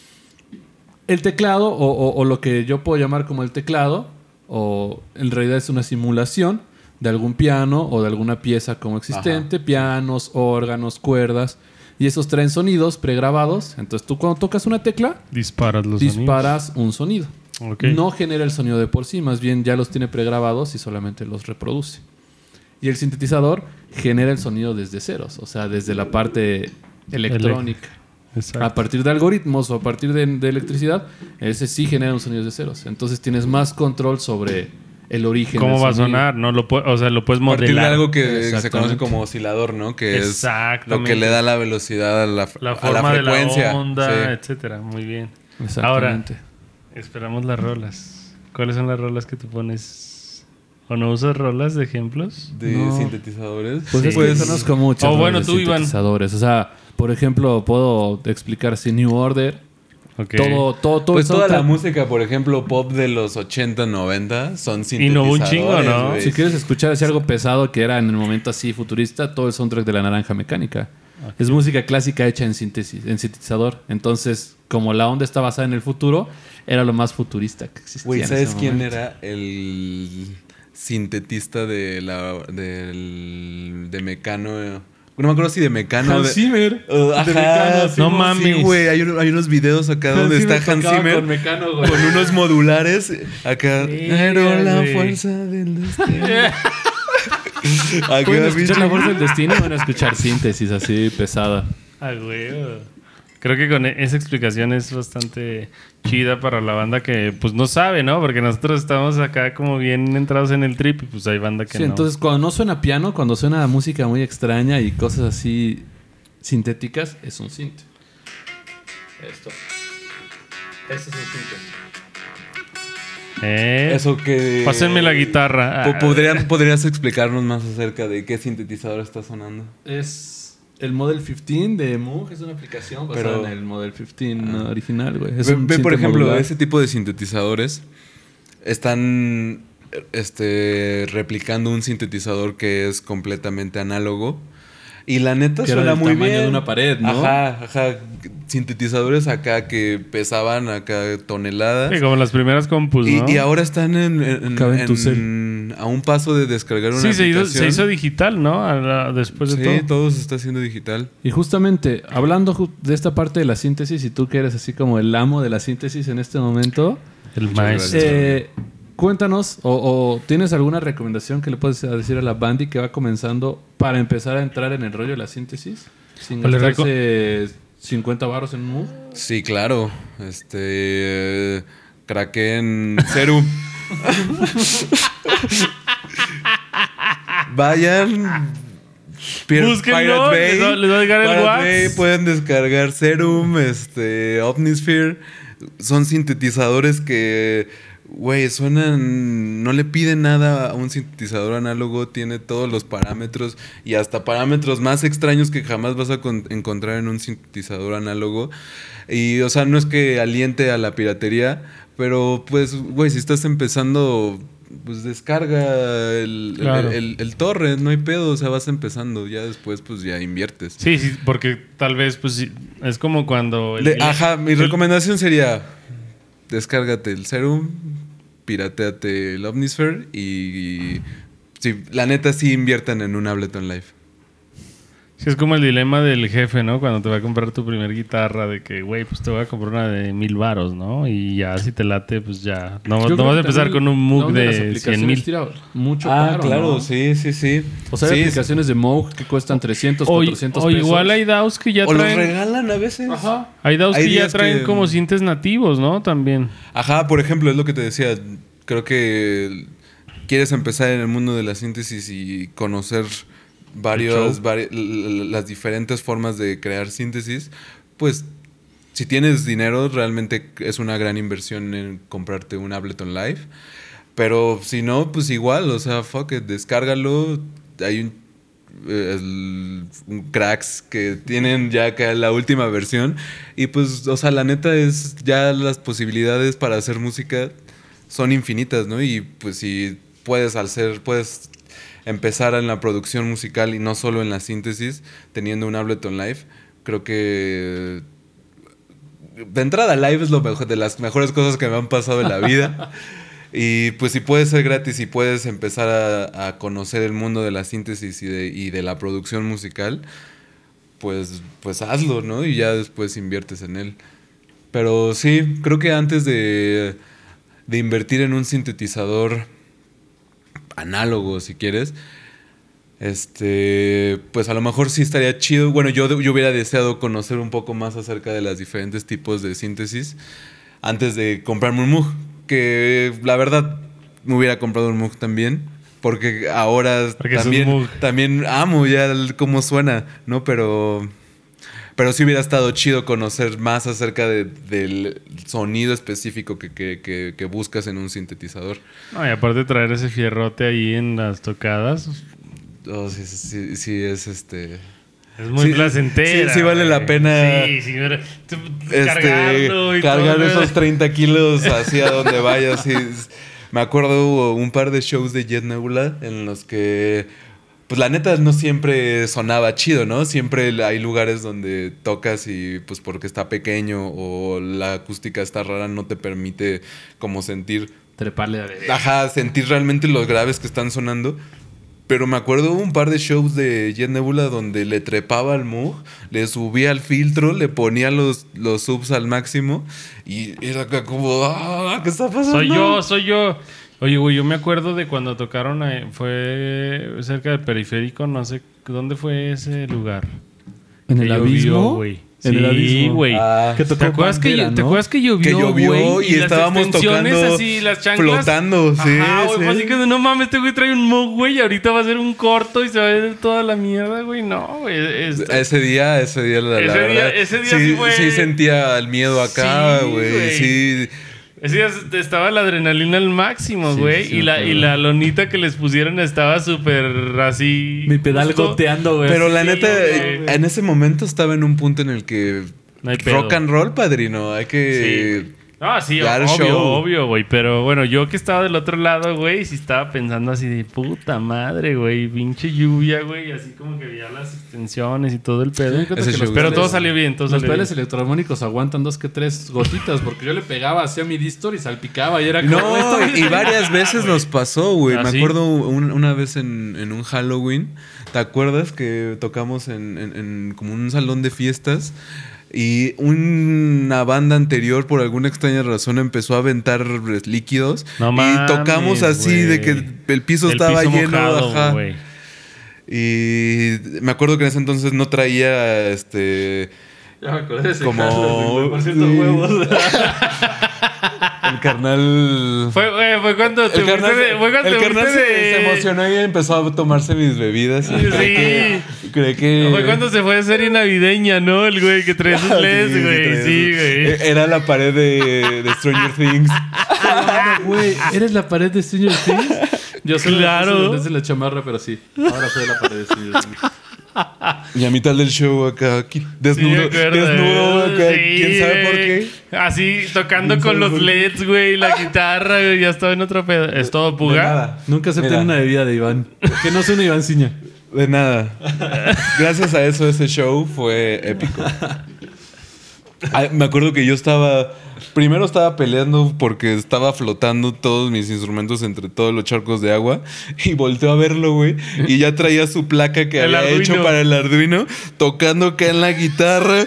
El teclado, o lo que yo puedo llamar como el teclado, o en realidad es una simulación de algún piano o de alguna pieza como existente, ajá, pianos, órganos, cuerdas, y esos traen sonidos pregrabados. Entonces tú cuando tocas una tecla, disparas un sonido. Okay. No genera el sonido de por sí, más bien ya los tiene pregrabados y solamente los reproduce. Y el sintetizador genera el sonido desde ceros, o sea, desde la parte electrónica. Exacto. A partir de algoritmos o a partir de electricidad, ese sí genera un sonido de ceros. Entonces tienes más control sobre el origen. ¿Cómo va a sonar? No lo puedes modelar. A partir de algo que se conoce como oscilador, ¿no? Que es lo que le da la velocidad a la forma frecuencia, de la onda, sí, etcétera. Muy bien. Ahora, esperamos las rolas. ¿Cuáles son las rolas que tú pones? ¿O no usas rolas de ejemplos? ¿De sintetizadores? Pues sí, es que conozco muchas rolas de sintetizadores. O sea, por ejemplo, puedo explicar si New Order. Okay. Todo pues toda la música, por ejemplo, pop de los 80, 90 son sintetizadores. Y no un chingo, ¿no? Si quieres escuchar así algo pesado que era en el momento así futurista, todo el soundtrack de La Naranja Mecánica. Okay. Es música clásica hecha en sintetizador. Entonces, como la onda está basada en el futuro, era lo más futurista que existía. Güey, ¿sabes quién era el sintetista de Mecano. No me acuerdo si de Mecano. Hans Zimmer. Ajá, de Mecano. No mames. Sí, güey. Hay unos videos acá donde está Hans Zimmer con Mecano, güey. con unos modulares. Acá. Pero la güey. fuerza del destino. ¿Pueden escuchar bicho. la fuerza del destino o van a escuchar síntesis así pesada? Ah, güey. Creo que con esa explicación es bastante chida para la banda que pues no sabe, ¿no? Porque nosotros estamos acá como bien entrados en el trip y pues hay banda que Sí, no. entonces cuando no suena piano, cuando suena música muy extraña y cosas así sintéticas, es un synth. Esto. Este es un synth. Eso que. Pásenme la guitarra. ¿Podrías explicarnos más acerca de qué sintetizador está sonando? Es el Model 15 de Moog, es una aplicación basada Pero- en el Model 15 original, güey. Es Ve, un por synth ejemplo, modular. ese tipo de sintetizadores están replicando un sintetizador que es completamente análogo. Y la neta Que era suena del muy tamaño bien. de una pared, ¿no? Ajá. Sintetizadores acá que pesaban acá toneladas. Sí, como las primeras compus, ¿no? Y ahora están Cabe en tu a un paso de descargar una Sí, se aplicación. hizo digital, ¿no? Después de Sí, todo. todo se está haciendo digital. Y justamente, hablando de esta parte de la síntesis, y tú que eres así como el amo de la síntesis en este momento, El Muchas maestro. gracias. cuéntanos, o tienes alguna recomendación que le puedes decir a la bandi que va comenzando para empezar a entrar en el rollo de la síntesis? Sin Pues le gastarse 50 baros en un Moog. Sí, claro. Kraken Serum. Vayan. Búsquenlo, les va a llegar el Pirate WhatsApp. Bay, pueden descargar Serum, Omnisphere. Son sintetizadores que, güey, suenan. No le piden nada a un sintetizador análogo. Tiene todos los parámetros y hasta parámetros más extraños que jamás vas a encontrar en un sintetizador análogo. Y, o sea, no es que aliente a la piratería, pero, pues, güey, si estás empezando, pues descarga Claro. el torrent, no hay pedo, o sea, vas empezando. Ya después, pues ya inviertes. Sí, porque tal vez, pues sí, es como cuando. Mi recomendación sería: descárgate el Serum, pirateate el Omnisphere y sí, la neta sí inviertan en un Ableton Live. Sí, es como el dilema del jefe, ¿no? Cuando te va a comprar tu primer guitarra, de que, güey, pues te voy a comprar una de 1,000 varos, ¿no? Y ya si te late, pues ya. No Yo creo vas a que empezar también con un la Moog onda las de aplicaciones 100,000. tira mucho paro, ¿no? sí. O sea, hay Sí, aplicaciones de Moog que cuestan 300, O 400 pesos. igual hay DAWs que ya o los traen. regalan a veces. Ajá. Hay DAWs Hay que ya días traen que- como sintes nativos, ¿no? También. Ajá, por ejemplo, es lo que te decía. Creo que quieres empezar en el mundo de la síntesis y conocer las diferentes formas de crear síntesis. Pues, si tienes dinero, realmente es una gran inversión en comprarte un Ableton Live. Pero si no, pues igual, o sea, fuck it, descárgalo. Hay un cracks que tienen ya acá la última versión. Y pues, o sea, la neta es ya las posibilidades para hacer música son infinitas, ¿no? Y pues si puedes empezar en la producción musical y no solo en la síntesis, teniendo un Ableton Live, creo que de entrada Live es lo mejor, de las mejores cosas que me han pasado en la vida. Y pues si puede ser gratis y puedes empezar a conocer el mundo de la síntesis y de la producción musical, pues hazlo, ¿no? Y ya después inviertes en él. Pero sí, creo que antes de invertir en un sintetizador análogo, si quieres, pues a lo mejor sí estaría chido. Bueno, yo hubiera deseado conocer un poco más acerca de los diferentes tipos de síntesis antes de comprarme un Moog, que la verdad me hubiera comprado un Moog también, porque ahora Porque es un Moog. también amo ya cómo suena, ¿no? Pero sí hubiera estado chido conocer más acerca del sonido específico que buscas en un sintetizador. No, y aparte traer ese fierrote ahí en las tocadas. Oh, sí, es Es muy Sí, placentera. sí vale la güey. pena, Sí, cargarlo y cargar todo. esos 30 kilos hacia donde vayas. Sí. Me acuerdo hubo un par de shows de Jet Nebula en los que, pues la neta no siempre sonaba chido, ¿no? Siempre hay lugares donde tocas y pues porque está pequeño o la acústica está rara no te permite como sentir treparle a... Ajá, sentir realmente los graves que están sonando. Pero me acuerdo un par de shows de Jet Nebula donde le trepaba al Moog, le subía al filtro, le ponía los subs al máximo y era acá como, ¿qué está pasando? Soy yo. Oye, güey, yo me acuerdo de cuando tocaron, fue cerca del Periférico, no sé, ¿dónde fue ese lugar? ¿En el abismo? Güey. En el abismo, güey. Que tocó ¿Te acuerdas Pantera, ¿Te acuerdas que llovió? Que llovió güey? y estábamos tocando, así, las chanclas flotando, sí. Ajá, güey, sí. fue así que no mames, este güey trae un Moog, güey, y ahorita va a ser un corto y se va a ver toda la mierda, güey. No, güey. Ese día, la verdad. Ese día sí fue... Sí sentía el miedo acá, güey. Sí. Ese día estaba la adrenalina al máximo, güey. Sí, y la lonita que les pusieron estaba súper así... Mi pedal goteando, güey. Pero así, la neta, güey. en ese momento estaba en un punto en el que... No hay pedo. Rock and roll, padrino. Hay que... Sí. Ah, sí, dar show. obvio, güey. Pero bueno, yo que estaba del otro lado, güey, sí estaba pensando así de puta madre, güey. Pinche lluvia, güey. Así como que veía las extensiones y todo el pedo. Pero todo salió bien, Los pedales electroarmónicos aguantan 2 que 3 gotitas. Porque yo le pegaba hacia mi distor y salpicaba. Y era como... No, y varias veces nos pasó, güey. ¿Ah, Me sí? acuerdo una vez en un Halloween. ¿Te acuerdas que tocamos en como un salón de fiestas? Y una banda anterior, por alguna extraña razón, empezó a aventar líquidos. No y mames, tocamos así güey. de que el piso estaba piso lleno. mojado, Ajá. güey. Y me acuerdo que en ese entonces no traía Ya me acordé de ese como... Carlos, güey, por cierto, Sí. huevos. El carnal... Fue cuando te El carnal, fuiste se emocionó y empezó a tomarse mis bebidas. Y Sí. cree que... Fue cuando se fue de serie navideña, ¿no? El güey que trae sus LEDs, Sí, güey. traía Sí, eso. güey. Era la pared de Stranger Things. Ah, güey, ¿eres la pared de Stranger Things? Yo soy Claro. desde la chamarra, pero sí. Ahora soy la pared de Stranger Things. Y a mitad del show acá, aquí, Sí, desnudo, me acuerdo. desnudo acá, Sí, quién sabe por güey. qué. Así, tocando ¿Quién con sabe los por qué? LEDs, güey, la guitarra, güey, ya estaba en otro pedo. ¿Es todo De puga? nada. Nunca acepté Mira, una bebida de Iván. Que no soy un Iván Ciña. de nada. Gracias a eso ese show fue épico. Ay, me acuerdo que yo primero estaba peleando porque estaba flotando todos mis instrumentos entre todos los charcos de agua y volteó a verlo, güey, y ya traía su placa que El había Arduino. hecho para el Arduino, tocando acá en la guitarra.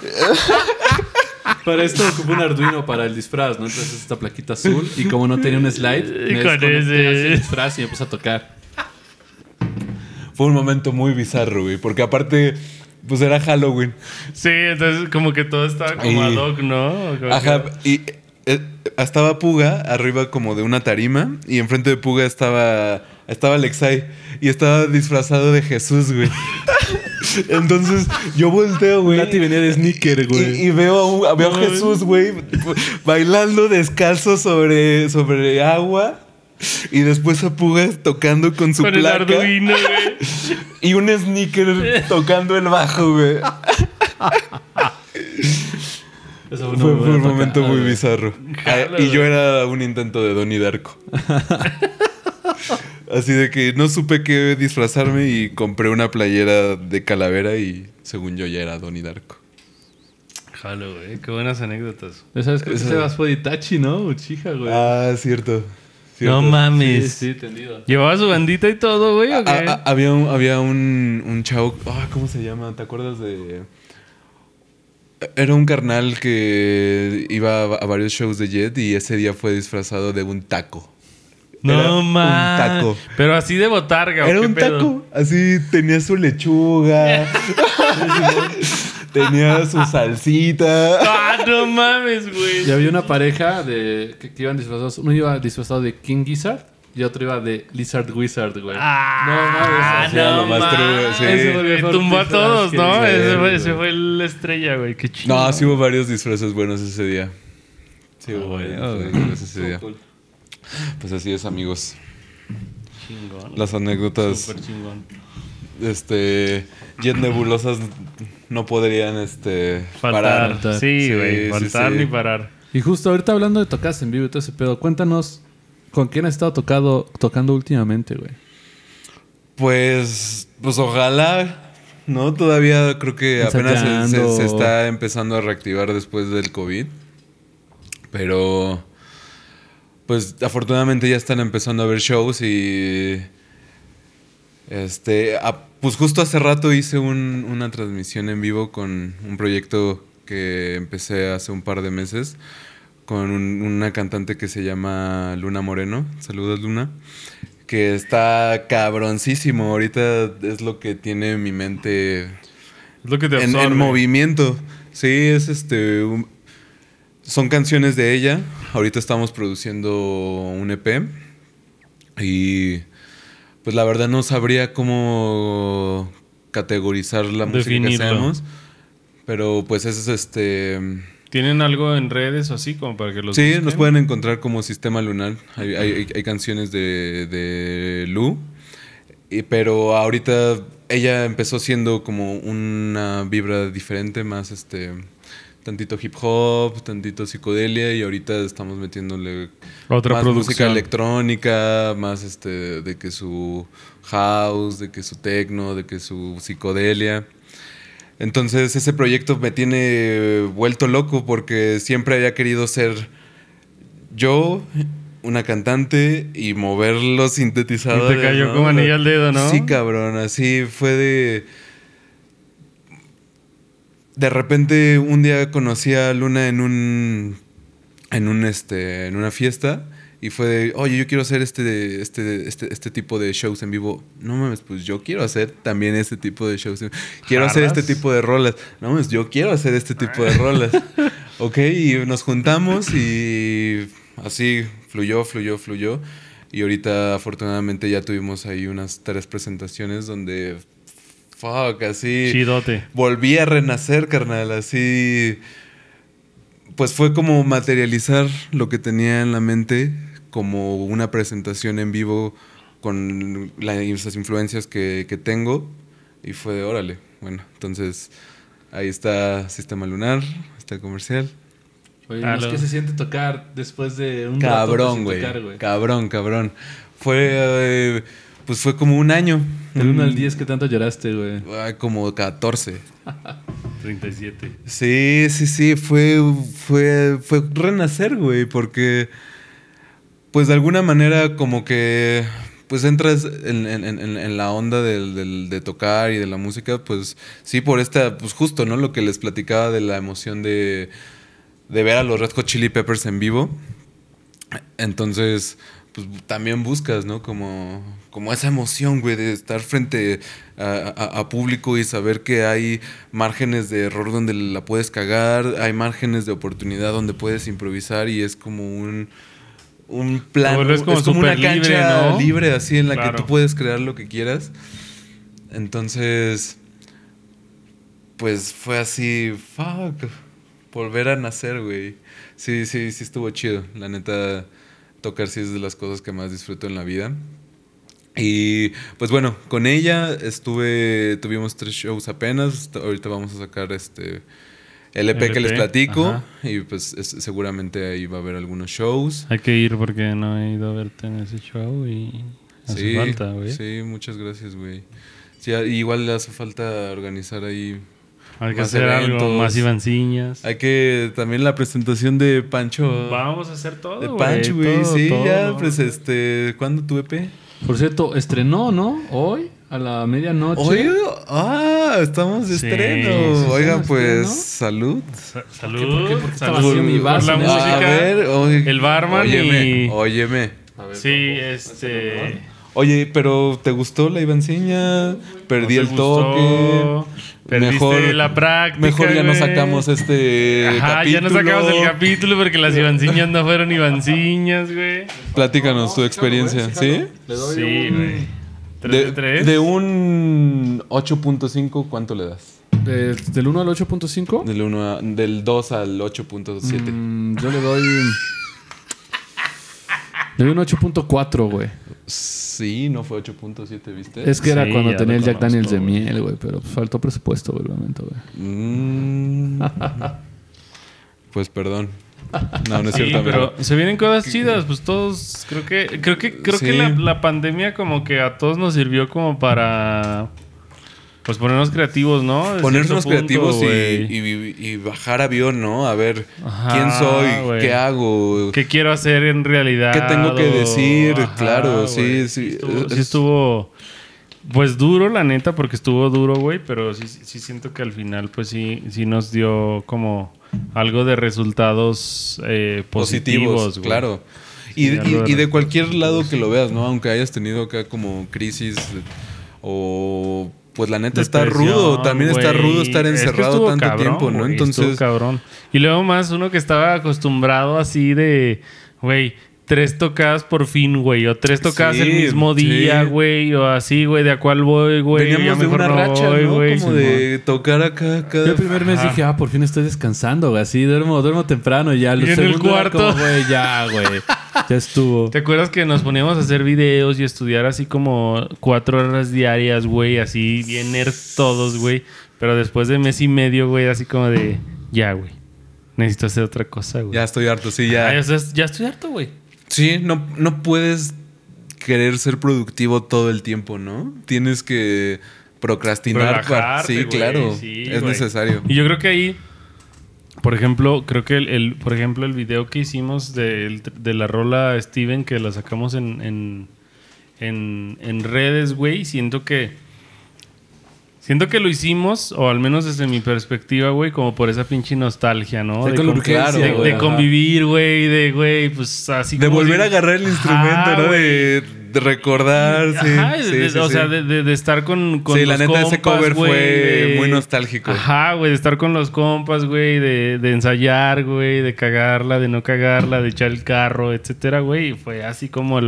Para esto ocupé un Arduino para el disfraz, ¿no? Entonces esta plaquita azul y como no tenía un slide, Y me con desconecté ese. así el disfraz y me puse a tocar. Fue un momento muy bizarro, güey, porque aparte, pues era Halloween. Sí, entonces como que todo estaba como Y- ad hoc, ¿no? Como Ajá, que- y estaba Puga arriba como de una tarima y enfrente de Puga estaba Alexei y estaba disfrazado de Jesús, güey. Entonces yo volteo, güey. Nati venía de sneaker, güey. Y veo a Jesús, güey, bailando descalzo sobre agua. Y después a Puga tocando con su Con el placa. Arduino, güey. Y un sneaker tocando el bajo, güey. Eso una Fue muy buena un momento tocada, muy güey. bizarro. Jalo, Y yo güey. era un intento de Donnie Darko. Así de que no supe qué disfrazarme y compré una playera de calavera y según yo ya era Donnie Darko. Jalo, güey. Qué buenas anécdotas. Ya sabes que Esa- Sebas fue de Itachi, ¿no? Uchija, güey. Ah, cierto. No Sí, mames. sí, entendido. ¿Llevaba su bandita y todo, güey? ¿O qué? Había un chavo. ¿Cómo se llama? ¿Te acuerdas de...? Era un carnal que iba a varios shows de Jet y ese día fue disfrazado de un taco. Era No un mames. taco. Pero así de botarga, ¿o Era qué un pedo? taco. Así tenía su lechuga. tenía su salsita. ¡Ah, no mames, güey! Y había una pareja que iban disfrazados. Uno iba disfrazado de King Gizzard y otro iba de Lizard Wizard, güey. Ah, Era no lo más mames. true, sí. Ese fue el mejor Tumbó a disfraz todos, que ¿no? vi, Ese güey. fue la estrella, güey. Qué chido. No, sí hubo varios disfraces buenos ese día. Sí hubo bueno, varios güey. disfraces ese día. Cool. Pues así es, amigos. Chingón. Las anécdotas, Súper chingón. Jet nebulosas no podrían, Faltar. parar. Sí, güey. Faltar sí. ni parar. Y justo ahorita hablando de tocadas en vivo y todo ese pedo, cuéntanos con quién has estado tocando últimamente, güey. Pues ojalá, ¿no? Todavía creo que apenas Ensayando. se está empezando a reactivar después del COVID. Pero pues afortunadamente ya están empezando a ver shows y pues justo hace rato hice una transmisión en vivo con un proyecto que empecé hace un par de meses con una cantante que se llama Luna Moreno. Saludos, Luna. Que está cabroncísimo. Ahorita es lo que tiene mi mente Es lo que te en absorbe. movimiento. Sí, es son canciones de ella. Ahorita estamos produciendo un EP. Y pues la verdad no sabría cómo categorizar la música que Definirlo. hacemos. Pero pues es ¿Tienen algo en redes o así como para que los Sí, busquen? nos pueden encontrar como Sistema Lunar. Hay canciones de Lu. Pero ahorita ella empezó siendo como una vibra diferente, más tantito hip hop, tantito psicodelia, y ahorita estamos metiéndole Otra más producción. música electrónica, más de que su house, de que su techno, de que su psicodelia. Entonces ese proyecto me tiene vuelto loco porque siempre había querido ser yo, una cantante, y mover los sintetizadores. Y te cayó ¿no? como anillo al dedo, ¿no? Sí, cabrón, así fue de repente un día conocí a Luna en una fiesta. Y fue de, oye, yo quiero hacer este tipo de shows en vivo. No mames, pues yo quiero hacer también este tipo de shows. Quiero hacer este tipo de rolas. No mames, yo quiero hacer este tipo de rolas. Ok, y nos juntamos y así fluyó. Y ahorita afortunadamente ya tuvimos ahí unas 3 presentaciones donde, así... Chidote. Volví a renacer, carnal, así... Pues fue como materializar lo que tenía en la mente como una presentación en vivo con las influencias que tengo. Y fue de órale. Bueno, entonces ahí está Sistema Lunar, está comercial. Oye, ¿no es que se siente tocar después de un Cabrón, güey. Cabrón. Fue, pues fue como un año. Del 1 al 10, ¿qué tanto lloraste, güey? Como 14. 37. Sí, fue renacer, güey, porque pues de alguna manera como que pues entras en la onda de tocar y de la música, pues sí, por pues justo, ¿no? Lo que les platicaba de la emoción de ver a los Red Hot Chili Peppers en vivo. Entonces, pues también buscas, ¿no? Como esa emoción, güey, de estar frente a público y saber que hay márgenes de error donde la puedes cagar, hay márgenes de oportunidad donde puedes improvisar, y es como un plan, es como una libre, cancha ¿no? libre, así, en la Claro. que tú puedes crear lo que quieras. Entonces, pues fue así, volver a nacer, güey. Sí, estuvo chido. La neta, tocar sí es de las cosas que más disfruto en la vida. Y pues bueno, con ella tuvimos 3 shows apenas. Ahorita vamos a sacar el EP que les platico. Ajá. Y pues seguramente ahí va a haber algunos shows. Hay que ir porque no he ido a verte en ese show y hace falta, güey. Sí, muchas gracias, güey. Sí, igual le hace falta organizar ahí. Hay que más hacer algo, eventos. más Ivanciñas. Hay que también la presentación de Pancho. Vamos a hacer todo, De güey. Pancho, güey. Todo, Sí, todo, ya, ¿no? pues ¿cuándo tu EP? Por cierto, estrenó, ¿no? Hoy, a la medianoche. Oye, estamos de Sí, estreno. sí, Oigan, sí, pues, ¿no? salud. Salud. ¿Por qué? Porque estaba Salud. vacío mi vaso, Por la ¿no? música. A ver, oye, el barman y... Óyeme. A ver, Sí, Oye, pero ¿te gustó la Ivanciña? Perdí ¿No el te toque. gustó? Perdiste la práctica, Mejor ya no güey. sacamos Ajá, capítulo. ya no sacamos el capítulo porque las Ivanciñas no fueron Ivanciñas, güey. Platícanos tu experiencia, ¿sí? Le doy Sí, un... güey. 3 de 3. De un 8.5, ¿cuánto le das? ¿Del 1 al 8.5? Del 2 al 8.7. Yo le doy... Le doy un 8.4, güey. Sí, no fue 8.7, ¿viste? Es que era Sí, cuando ya tenía lo el Jack Daniels de conozco, güey. miel, güey. Pero pues, faltó presupuesto, güey, el momento, güey. Pues perdón. No es Sí, cierto, pero amigo. se vienen cosas chidas, pues todos, creo que Sí. la pandemia como que a todos nos sirvió como para pues ponernos creativos, ¿no? De Ponernos cierto punto, creativos güey. y bajar avión, ¿no? A ver, Ajá, quién soy, güey. qué hago, ¿Qué quiero hacer en realidad? qué tengo que decir. Ajá, Claro, güey. sí. Sí estuvo, pues duro, la neta, porque estuvo duro, güey. Pero sí siento que al final, pues sí nos dio como algo de resultados positivos, güey. claro. Sí, Y de cualquier lado que lo veas, ¿no? Aunque hayas tenido acá como crisis o... Pues la neta está rudo. También está rudo estar encerrado tanto tiempo, ¿no? Güey, Entonces... cabrón. Y luego más uno que estaba acostumbrado así de... Güey, 3 tocadas por fin, güey. O 3 tocadas el mismo día, güey. O así, güey. ¿De a cuál voy, güey? Veníamos de una racha, ¿no? Güey, como de tocar acá cada... Yo el primer mes dije, por fin estoy descansando, güey. Así, duermo temprano y ya. Y en el cuarto. Güey, ya estuvo. ¿Te acuerdas que nos poníamos a hacer videos y estudiar así como 4 horas diarias, güey? Así bien nerd todos, güey. Pero después de mes y medio, güey, así como de... Ya, güey. Necesito hacer otra cosa, güey. Ya estoy harto, sí, ya. Ya estoy harto, güey. Sí, no puedes querer ser productivo todo el tiempo, ¿no? Tienes que procrastinar. Relajarte, Sí, güey. claro. Sí, es güey. necesario. Y yo creo que ahí, por ejemplo, por ejemplo, el video que hicimos de la rola Steven, que la sacamos en redes, güey, siento que lo hicimos, o al menos desde mi perspectiva, güey, como por esa pinche nostalgia, ¿no? De convivir, güey, pues así de como volver a agarrar el instrumento, ¿no? De recordar, o sea, de estar con sí, los la neta, compas, ese cover güey, fue muy nostálgico. Ajá, güey, de estar con los compas, güey, de ensayar, güey, de cagarla, de no cagarla, de echar el carro, etcétera, güey. Y fue así como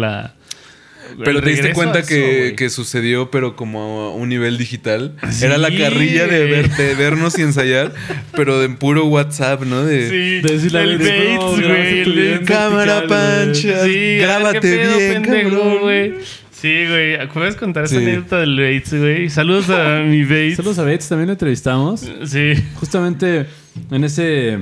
Pero te diste cuenta eso, que sucedió, pero como a un nivel digital. Sí, era la carrilla de vernos y ensayar, pero en puro WhatsApp, ¿no? Sí, decirle el Bates, güey. Cámara pancha, Sí, grábate bien, cabrón. güey. Sí, güey. ¿Puedes contar esa anécdota del Bates, güey? Saludos a mi Bates. Saludos a Bates, también lo entrevistamos. Sí. Justamente en ese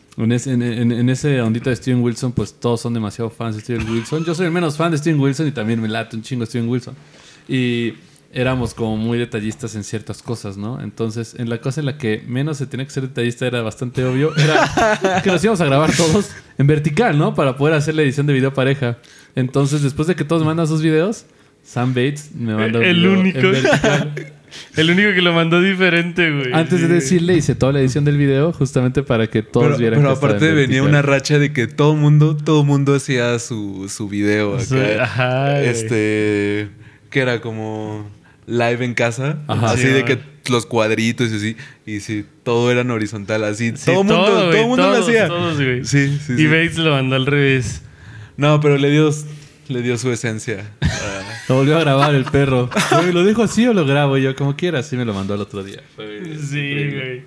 ondita de Steven Wilson, pues todos son demasiado fans de Steven Wilson. Yo soy el menos fan de Steven Wilson y también me late un chingo Steven Wilson. Y éramos como muy detallistas en ciertas cosas, ¿no? Entonces, en la cosa en la que menos se tenía que ser detallista era bastante obvio. Era que nos íbamos a grabar todos en vertical, ¿no? Para poder hacer la edición de video pareja. Entonces, después de que todos mandan sus videos, Sam Bates me manda un video único. en vertical. El único que lo mandó diferente, güey. Antes de decirle, hice toda la edición del video justamente para que todos vieran pero que estaba aparte en venía vertical. una racha de que todo mundo hacía su video acá. Ajá, que era como live en casa. Ajá. Así Sí, de man. que los cuadritos y así. Y sí, todo era en horizontal. Así, Sí, todo güey, mundo lo hacía. Todos, güey. Sí. Y Bates lo mandó al revés. No, pero le dio su esencia. Lo volvió a grabar el perro. Güey, ¿lo dejo así o lo grabo? Y yo, como quiera, así me lo mandó el otro día. Sí, güey.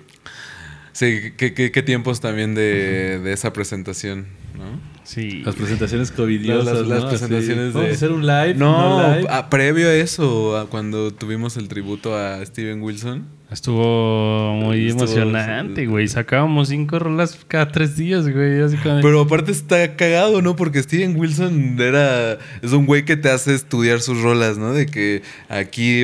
Sí, qué tiempos también de esa presentación, ¿no? Sí. Las presentaciones covidiosas, Las ¿no? presentaciones Así, vamos a hacer un live. No, live. previo a eso, a cuando tuvimos el tributo a Steven Wilson. Estuvo muy emocionante, güey. Sacábamos 5 rolas cada 3 días, güey. Así como... Pero aparte está cagado, ¿no? Porque Steven Wilson es un güey que te hace estudiar sus rolas, ¿no? De que aquí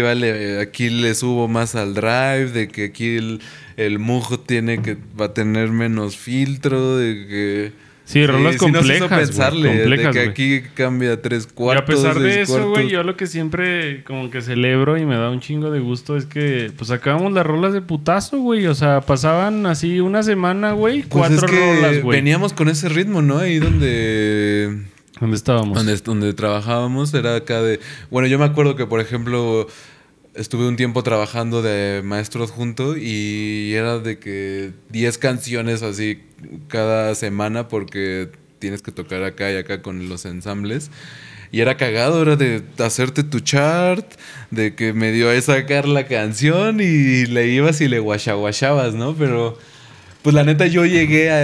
le subo más al drive, de que aquí el Moog va a tener menos filtro, de que... Sí, rolas complejas, nos hizo pensarle, güey, complejas, de que güey. aquí cambia 3 Y cuartos, a pesar de 6 eso, güey, cuartos. yo lo que siempre como que celebro y me da un chingo de gusto es que pues sacábamos las rolas de putazo, güey. O sea, pasaban así una semana, güey, Pues 4 es que rolas, güey. veníamos con ese ritmo, ¿no? Ahí donde estábamos? donde trabajábamos era acá de... Bueno, yo me acuerdo que, por ejemplo, estuve un tiempo trabajando de maestro adjunto y era de que 10 canciones así cada semana porque tienes que tocar acá y acá con los ensambles. Y era cagado, era de hacerte tu chart, de que medio a sacar la canción y le ibas y le guashabas, ¿no? Pero... Pues la neta yo llegué a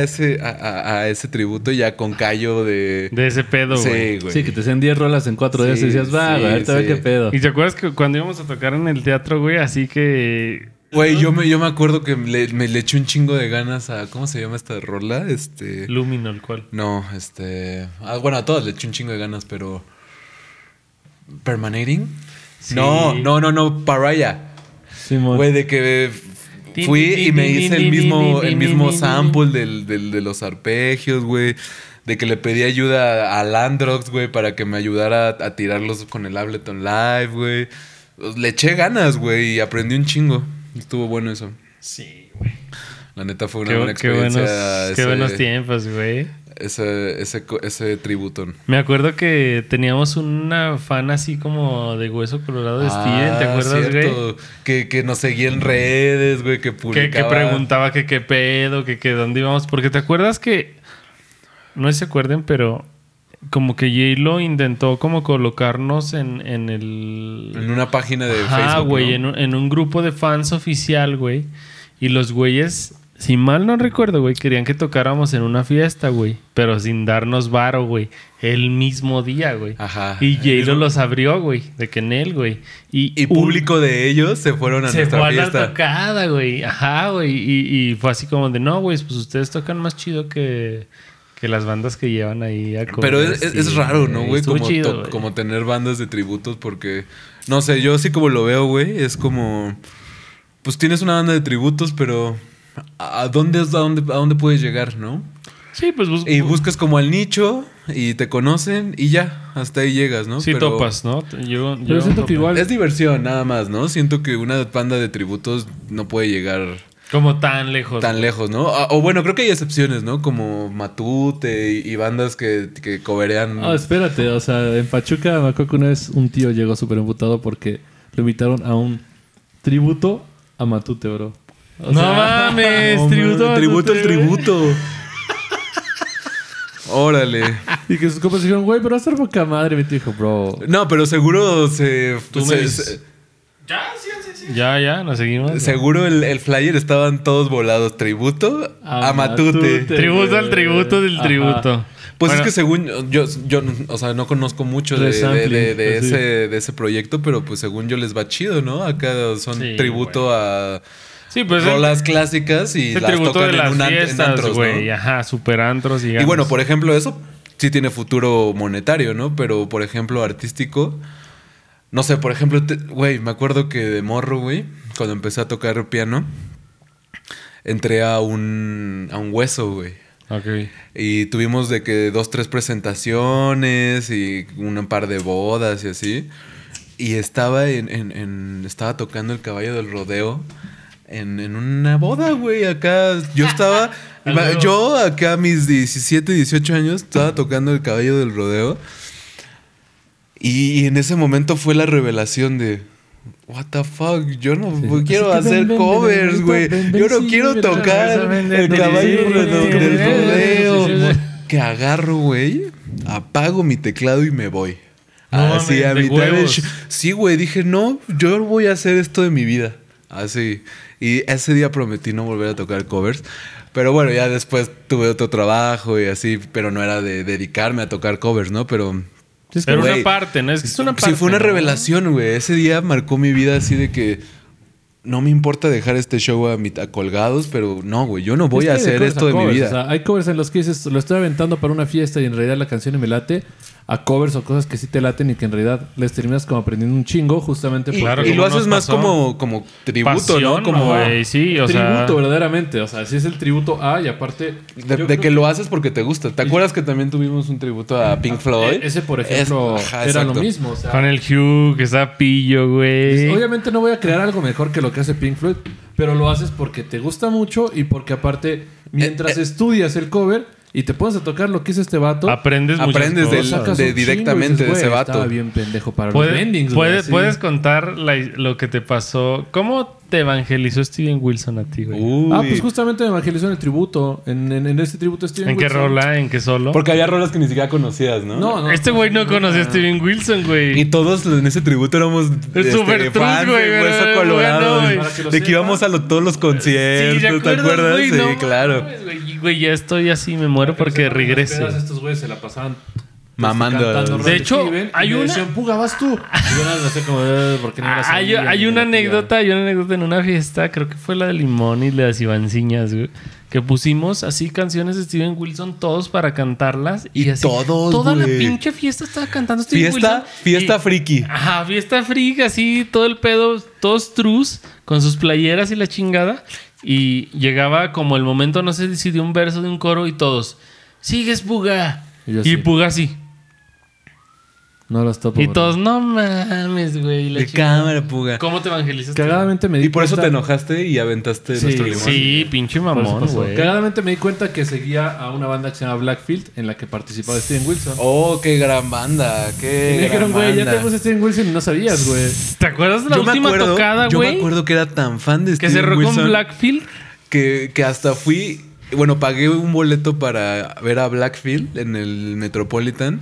ese tributo ya con callo de ese pedo, güey. Sí, güey. Sí, que te hacen 10 rolas en 4 días y decías, va, güey, ahorita ve qué pedo. ¿Y te acuerdas que cuando íbamos a tocar en el teatro, güey? Así que... Güey, yo me acuerdo que me le eché un chingo de ganas a... ¿Cómo se llama esta rola? Luminol, ¿cuál? No, bueno, a todas le eché un chingo de ganas, pero... ¿Permanating? Sí. No, Pariah. Simón. Güey, de que fui y me hice el mismo sample de los arpegios, güey. De que le pedí ayuda a Landrox, güey, para que me ayudara a tirarlos con el Ableton Live, güey. Le eché ganas, güey, y aprendí un chingo. Estuvo bueno eso. Sí, güey. La neta fue una buena experiencia. Qué buenos tiempos, güey. Ese tributo. Me acuerdo que teníamos una fan así como de Hueso Colorado de Steven, ¿te acuerdas, cierto. güey? Que nos seguía en redes, güey, que publicaba. Que preguntaba que qué pedo, que dónde íbamos. Porque te acuerdas que... No sé si se acuerden, pero... Como que J-Lo intentó como colocarnos en el... En una página de Facebook, Ah, güey, ¿no? en un grupo de fans oficial, güey. Y los güeyes... Si mal no recuerdo, güey, querían que tocáramos en una fiesta, güey. Pero sin darnos varo, güey. El mismo día, güey. Ajá. Y J-Lo los abrió, güey. De que en él, güey. Y público de ellos se fueron a nuestra fiesta. Se fue a la tocada, güey. Ajá, güey. Y fue así como de, no, güey, pues ustedes tocan más chido que las bandas que llevan ahí a comer. Pero es raro, ¿no, güey? Como tener bandas de tributos porque... No sé, yo sí como lo veo, güey. Es como... Pues tienes una banda de tributos, pero... ¿A dónde puedes llegar, no? Sí, pues... Y buscas como al nicho y te conocen y ya, hasta ahí llegas, ¿no? Sí, pero topas, ¿no? Yo siento que igual... Es diversión, nada más, ¿no? Siento que una banda de tributos no puede llegar... Como tan lejos. Tan lejos, ¿no? O bueno, creo que hay excepciones, ¿no? Como Matute y bandas que coverean... No, espérate. O sea, en Pachuca me acuerdo que una vez un tío llegó súper emputado porque lo invitaron a un tributo a Matute, bro. O no sea, mames, no, tributo al tributo. Órale. Y que sus compas dijeron, güey, pero va a estar poca madre. Mi tío dijo, bro. No, pero seguro Ya, nos seguimos. Seguro el flyer estaban todos volados. Tributo a Matute. Tributo al tributo del tributo. Pues bueno, es que según yo, o sea, no conozco mucho de ese proyecto, pero pues según yo les va chido, ¿no? Acá son tributo a... Sí, pues rolas clásicas y las tocan en antros, güey. ¿no? Ajá, super antros y bueno, por ejemplo, eso sí tiene futuro monetario, ¿no? Pero, por ejemplo, artístico... No sé, por ejemplo, güey, me acuerdo que de morro, güey, cuando empecé a tocar piano, entré a un hueso, güey. Ok. Y tuvimos de que 2, 3 presentaciones y un par de bodas y así. Y estaba estaba tocando el caballo del rodeo en una boda, güey. Acá yo estaba... yo acá a mis 17, 18 años estaba tocando el caballo del rodeo. Y en ese momento fue la revelación de... What the fuck, yo no quiero hacer covers, güey. Yo no quiero tocar el caballo del rodeo. Que agarro, güey, apago mi teclado y me voy. Así, a mitad del show. Sí, güey, dije, no, yo voy a hacer esto de mi vida. Así. Y ese día prometí no volver a tocar covers. Pero bueno, ya después tuve otro trabajo y así. Pero no era de dedicarme a tocar covers, ¿no? Pero una parte, ¿no? Es que es una parte. Sí, fue una revelación, güey. Ese día marcó mi vida así de que no me importa dejar este show a colgados, pero no, güey, yo no voy a hacer esto de mi vida. O sea, hay covers en los que dices, lo estoy aventando para una fiesta y en realidad la canción me late, a covers o cosas que sí te laten y que en realidad les terminas como aprendiendo un chingo justamente y lo haces más como tributo, pasión, ¿no? Como sí, o tributo sea, verdaderamente, o sea, sí es el tributo a y aparte de que lo haces porque te gusta. ¿Te acuerdas que también tuvimos un tributo a Pink Floyd? Ese, por ejemplo, era lo mismo, o sea, con el Hugh que está pillo, güey. Obviamente no voy a crear algo mejor que lo que hace Pink Floyd, pero lo haces porque te gusta mucho y porque aparte mientras estudias el cover y te pones a tocar lo que hizo este vato, aprendes directamente de ese vato. Estaba bien pendejo para los endings. ¿Puedes contar lo que te pasó? ¿Cómo te evangelizó Steven Wilson a ti, güey? Pues justamente me evangelizó en el tributo. En este tributo de Steven Wilson. ¿En qué rola? ¿En qué solo? Porque había rolas que ni siquiera conocías, ¿no? No. Este güey no conocía a Steven Wilson, güey. Y todos en ese tributo éramos fans, güey, de Hueso Colorado. Bueno, de que íbamos a todos los conciertos, sí, ¿te acuerdas? Güey, sí, no, claro. Güey, ya estoy así, me muero porque regrese. Estos güeyes se la pasaban Mamando. cantando De Red hecho, Steven, hay y me una- decían, Puga, vas tú. Y yo nada más hacía como, ¿por qué no eras Hay una anécdota en una fiesta, creo que fue la de Limón y las Ivanciñas, güey, que pusimos así canciones de Steven Wilson todos para cantarlas y así todos, toda la güey. pinche fiesta estaba cantando Steven Wilson. Fiesta friki. Ajá, fiesta freak, así todo el pedo, todos trus con sus playeras y la chingada. Y llegaba como el momento, no sé si de un verso de un coro y todos, sigues Puga. Y yo Y sí. Puga así. No los topo. Y bro. todos, no mames, güey. la De chingada. cámara, Puga. ¿Cómo te evangelizaste? Cagadamente me di Y por eso cuenta- te enojaste y aventaste Sí, nuestro limón. Sí, pinche Por eso mamón, pasó. güey. Cagadamente me di cuenta que seguía a una banda que se llama Blackfield, en la que participaba Steven Wilson. Oh, qué gran banda. y Qué me dijeron, gran güey, ya banda. te puse Steven Wilson y no sabías, güey. ¿Te acuerdas de la última tocada, yo me güey? acuerdo que era tan fan de Que Steven cerró Wilson con Blackfield. que hasta fui... Bueno, pagué un boleto para ver a Blackfield en el Metropolitan.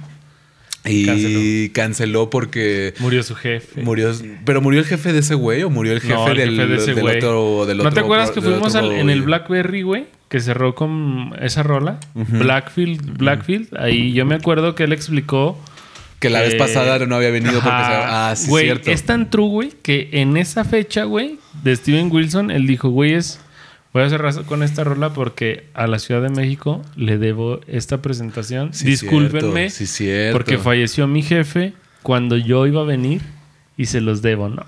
Y canceló porque... Murió su jefe. Murió, ¿pero murió el jefe de ese güey o murió el jefe, No, el del, jefe de ese del güey. otro del ¿No te otro acuerdas que del fuimos otro en el güey? Blackberry, güey? Que cerró con esa rola. Blackfield. Ahí yo me acuerdo que él explicó... Que la vez pasada no había venido porque... Ajá. sí, güey, cierto. es tan true, güey, que en esa fecha, güey, de Steven Wilson, él dijo, güey, voy a cerrar con esta rola porque a la Ciudad de México le debo esta presentación. Sí, Discúlpenme, cierto, sí, cierto. porque falleció mi jefe cuando yo iba a venir y se los debo. No,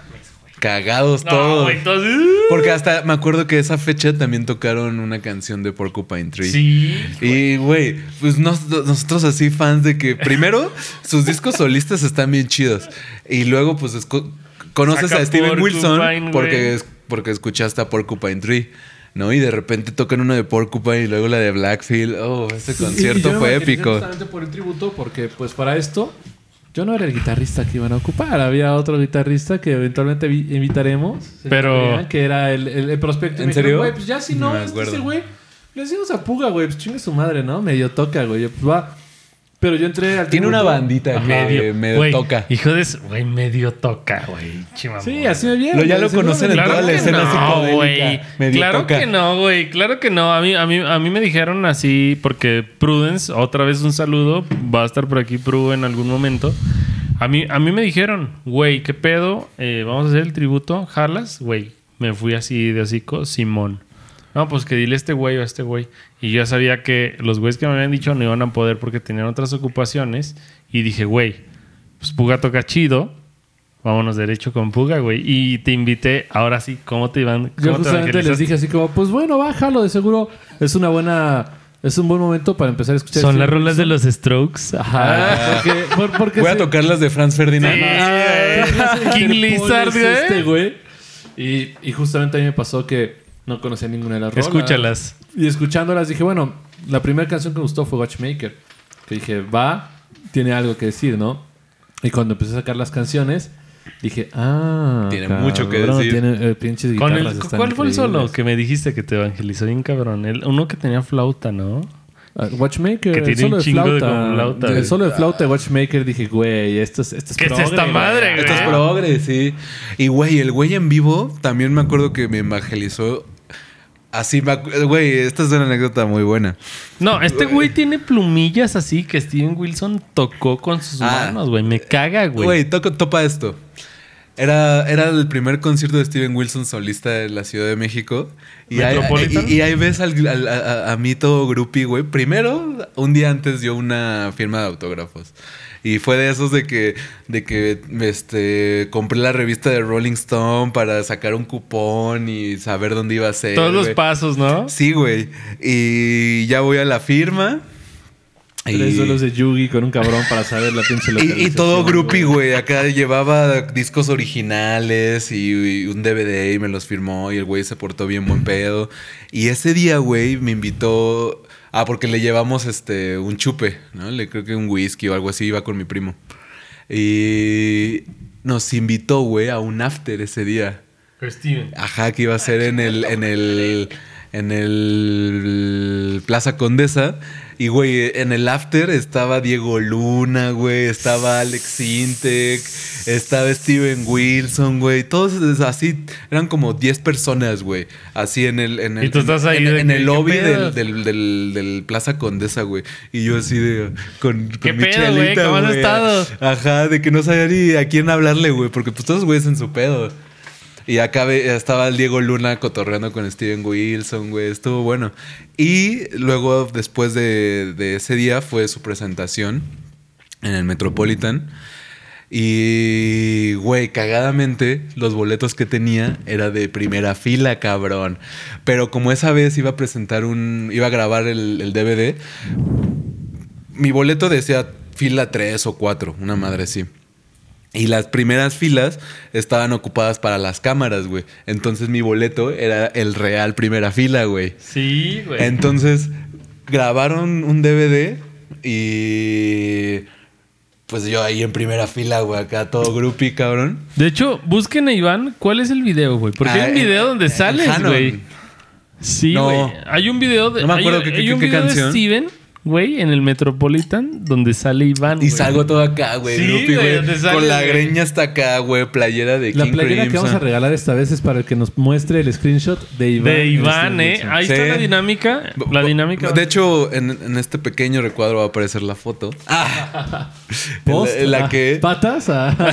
Cagados no, todos. güey, entonces... Porque hasta me acuerdo que esa fecha también tocaron una canción de Porcupine Tree. Sí. Y, güey, pues nosotros así fans de que primero sus discos solistas están bien chidos. Y luego, pues, conoces Saca a Steven Wilson Porcupine, porque escuchaste a Porcupine Tree, ¿no? Y de repente tocan uno de Porcupine y luego la de Blackfield. Oh, ese concierto yo me fue evangelicé épico. Justamente por el tributo, porque pues para esto yo no era el guitarrista que iban a ocupar. Había otro guitarrista que eventualmente invitaremos. Pero... Que era el prospecto. Y ¿En me serio? dijeron, güey, pues ya si no, No me es que acuerdo. ese güey le decimos a Puga, güey, pues chingue su madre, ¿no? Medio toca, güey. Yo, pues va. Pero yo entré al Tiene una tributo. bandita que medio güey, toca. Hijo de... Güey, medio toca, güey. Chimamón. Sí, así me vieron. Ya lo Seguro conocen me en lo- toda la que escena no, psicodélica. güey. Medio Claro toca. que no, güey. Claro que no. A mí me dijeron así porque Prudence, otra vez un saludo, va a estar por aquí Pru en algún momento. A mí me dijeron, güey, ¿qué pedo? Vamos a hacer el tributo. ¿Jalas? Güey, me fui así de hocico, Simón. No, pues que dile a este güey o a este güey. Y yo ya sabía que los güeyes que me habían dicho no iban a poder porque tenían otras ocupaciones. Y dije, güey, pues Puga toca chido. Vámonos derecho con Puga, güey. Y te invité, ahora sí, ¿cómo te iban? Yo justamente les dije así como, pues bueno, bájalo, de seguro es un buen momento para empezar a escuchar. Son Steven las rolas de Wilson. los Strokes. Ajá, porque Voy a tocar las de Franz Ferdinand. King Lizard, güey. Y justamente a mí me pasó que no conocía ninguna de las rolas. Escúchalas. Y escuchándolas dije, bueno, la primera canción que me gustó fue Watchmaker. Que dije, va, tiene algo que decir, ¿no? Y cuando empecé a sacar las canciones, dije, Tiene mucho que decir. Tiene pinches Con guitarras. están ¿Cuál fue el solo increíbles. que me dijiste que te evangelizó bien cabrón? Uno que tenía flauta, ¿no? Watchmaker, Que el tiene solo un de chingo de flauta. como flauta, El güey. solo de flauta de Watchmaker dije, güey, esto es ¿Qué es progre, esta güey. madre, güey? Esto es progre, sí. Y, güey, el güey en vivo también me acuerdo que me evangelizó. Así, güey, esta es una anécdota muy buena. No, este güey tiene plumillas así que Steven Wilson tocó con sus manos, güey. Me caga, güey. Güey, topa esto. Era el primer concierto de Steven Wilson solista en la Ciudad de México. Y ¿Metropolitan? ahí ves a mí todo groupie, güey. Primero, un día antes dio una firma de autógrafos. Y fue de esos de que compré la revista de Rolling Stone para sacar un cupón y saber dónde iba a ser. Todos los güey. pasos, ¿no? Sí, güey. Y ya voy a la firma. Tres duelos de Yugi con un cabrón para saber la pinche Y localización, todo groupie, güey. Acá llevaba discos originales y un DVD y me los firmó. Y el güey se portó bien buen pedo. Y ese día, güey, me invitó... porque le llevamos un chupe, ¿no? Creo que un whisky o algo así. Iba con mi primo. Y nos invitó, güey, a un after ese día. Steven. Ajá, que iba a ser en el Plaza Condesa. Y, güey, en el after estaba Diego Luna, güey. Estaba Alex Sintek. Estaba Steven Wilson, güey. Todos así, eran como 10 personas, güey. Así en el ¿Y tú estás ahí en el lobby del del Plaza Condesa, güey. Y yo así de con ¿Qué mi pedo, güey? chelita, ¿Cómo has güey. estado? Ajá, de que no sabía ni a quién hablarle, güey. Porque pues todos güeyes en su pedo. Y acá estaba el Diego Luna cotorreando con Steven Wilson, güey. Estuvo bueno. Y luego, después de ese día, fue su presentación en el Metropolitan. Y, güey, cagadamente, los boletos que tenía era de primera fila, cabrón. Pero como esa vez iba a grabar el DVD, mi boleto decía fila 3 o 4, una madre así. Y las primeras filas estaban ocupadas para las cámaras, güey. Entonces mi boleto era el real primera fila, güey. Sí, güey. Entonces grabaron un DVD y pues yo ahí en primera fila, güey, acá todo groupie, cabrón. De hecho, busquen a Iván, ¿cuál es el video, güey? Porque hay un video donde sales, güey. Sí, No. güey. Hay un video de... No me acuerdo hay un qué video canción. de Steven, güey, en el Metropolitan, donde sale Iván, Y güey. salgo todo acá, güey, Sí, groupie, güey, güey. donde sale, Con la güey. greña hasta acá, güey, playera de La King playera que Crimson. vamos a regalar esta vez es para el que nos muestre el screenshot de Iván. De Iván, en este Ahí Sí. está la dinámica. La dinámica. De hecho, en este pequeño recuadro va a aparecer la foto. Post, En la que patas.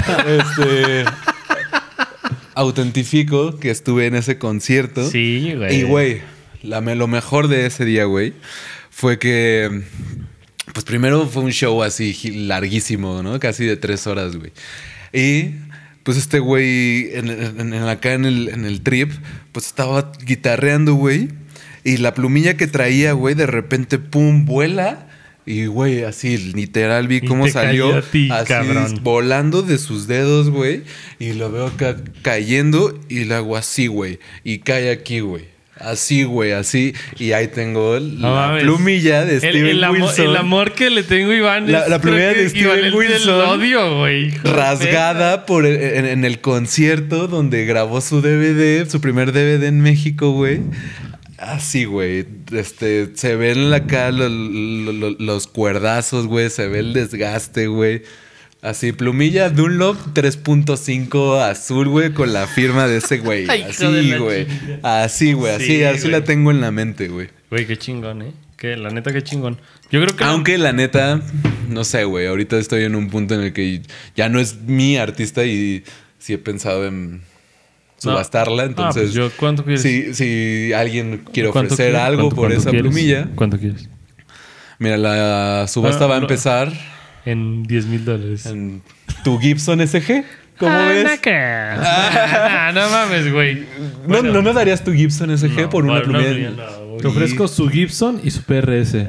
autentifico que estuve en ese concierto. Sí, güey. Y, güey, lo mejor de ese día, güey, fue que... Pues primero fue un show así larguísimo, ¿no? Casi de 3 horas, güey. Y pues este güey acá en el trip, pues estaba guitarreando, güey. Y la plumilla que traía, güey, de repente, pum, vuela. Y, güey, así literal vi Y cómo te salió cayó a ti, así cabrón. volando de sus dedos, güey. Y lo veo acá cayendo y le hago así, güey. Y cae aquí, güey. Así, güey, así. Y ahí tengo No la mames. plumilla de Steven Wilson. El amor que le tengo a Iván La es plumilla creo que de Steven equivalente al Wilson, odio, güey. Hijo de rasgada en el concierto donde grabó su DVD, su primer DVD en México, güey. Así, güey. Se ven acá los cuerdazos, güey. Se ve el desgaste, güey. Así, plumilla Dunlop 3.5 azul, güey, con la firma de ese güey. Ay, hijo de Así, la güey. chingada. Así, güey. Sí, Así güey. la tengo en la mente, güey. Güey, qué chingón, ¿eh? La neta, qué chingón. Yo creo que... Aunque la neta, no sé, güey. Ahorita estoy en un punto en el que ya no es mi artista y sí he pensado en subastarla. Entonces, pues yo, ¿cuánto quieres? si alguien quiere ¿Cuánto ofrecer quieres? algo por esa quieres? plumilla, ¿Cuánto quieres? mira, la subasta va a empezar En $10,000. en tu Gibson SG. ¿Cómo ves? No mames, güey. ¿No nos darías tu Gibson SG por una plumilla? Te ofrezco su Gibson y su PRS.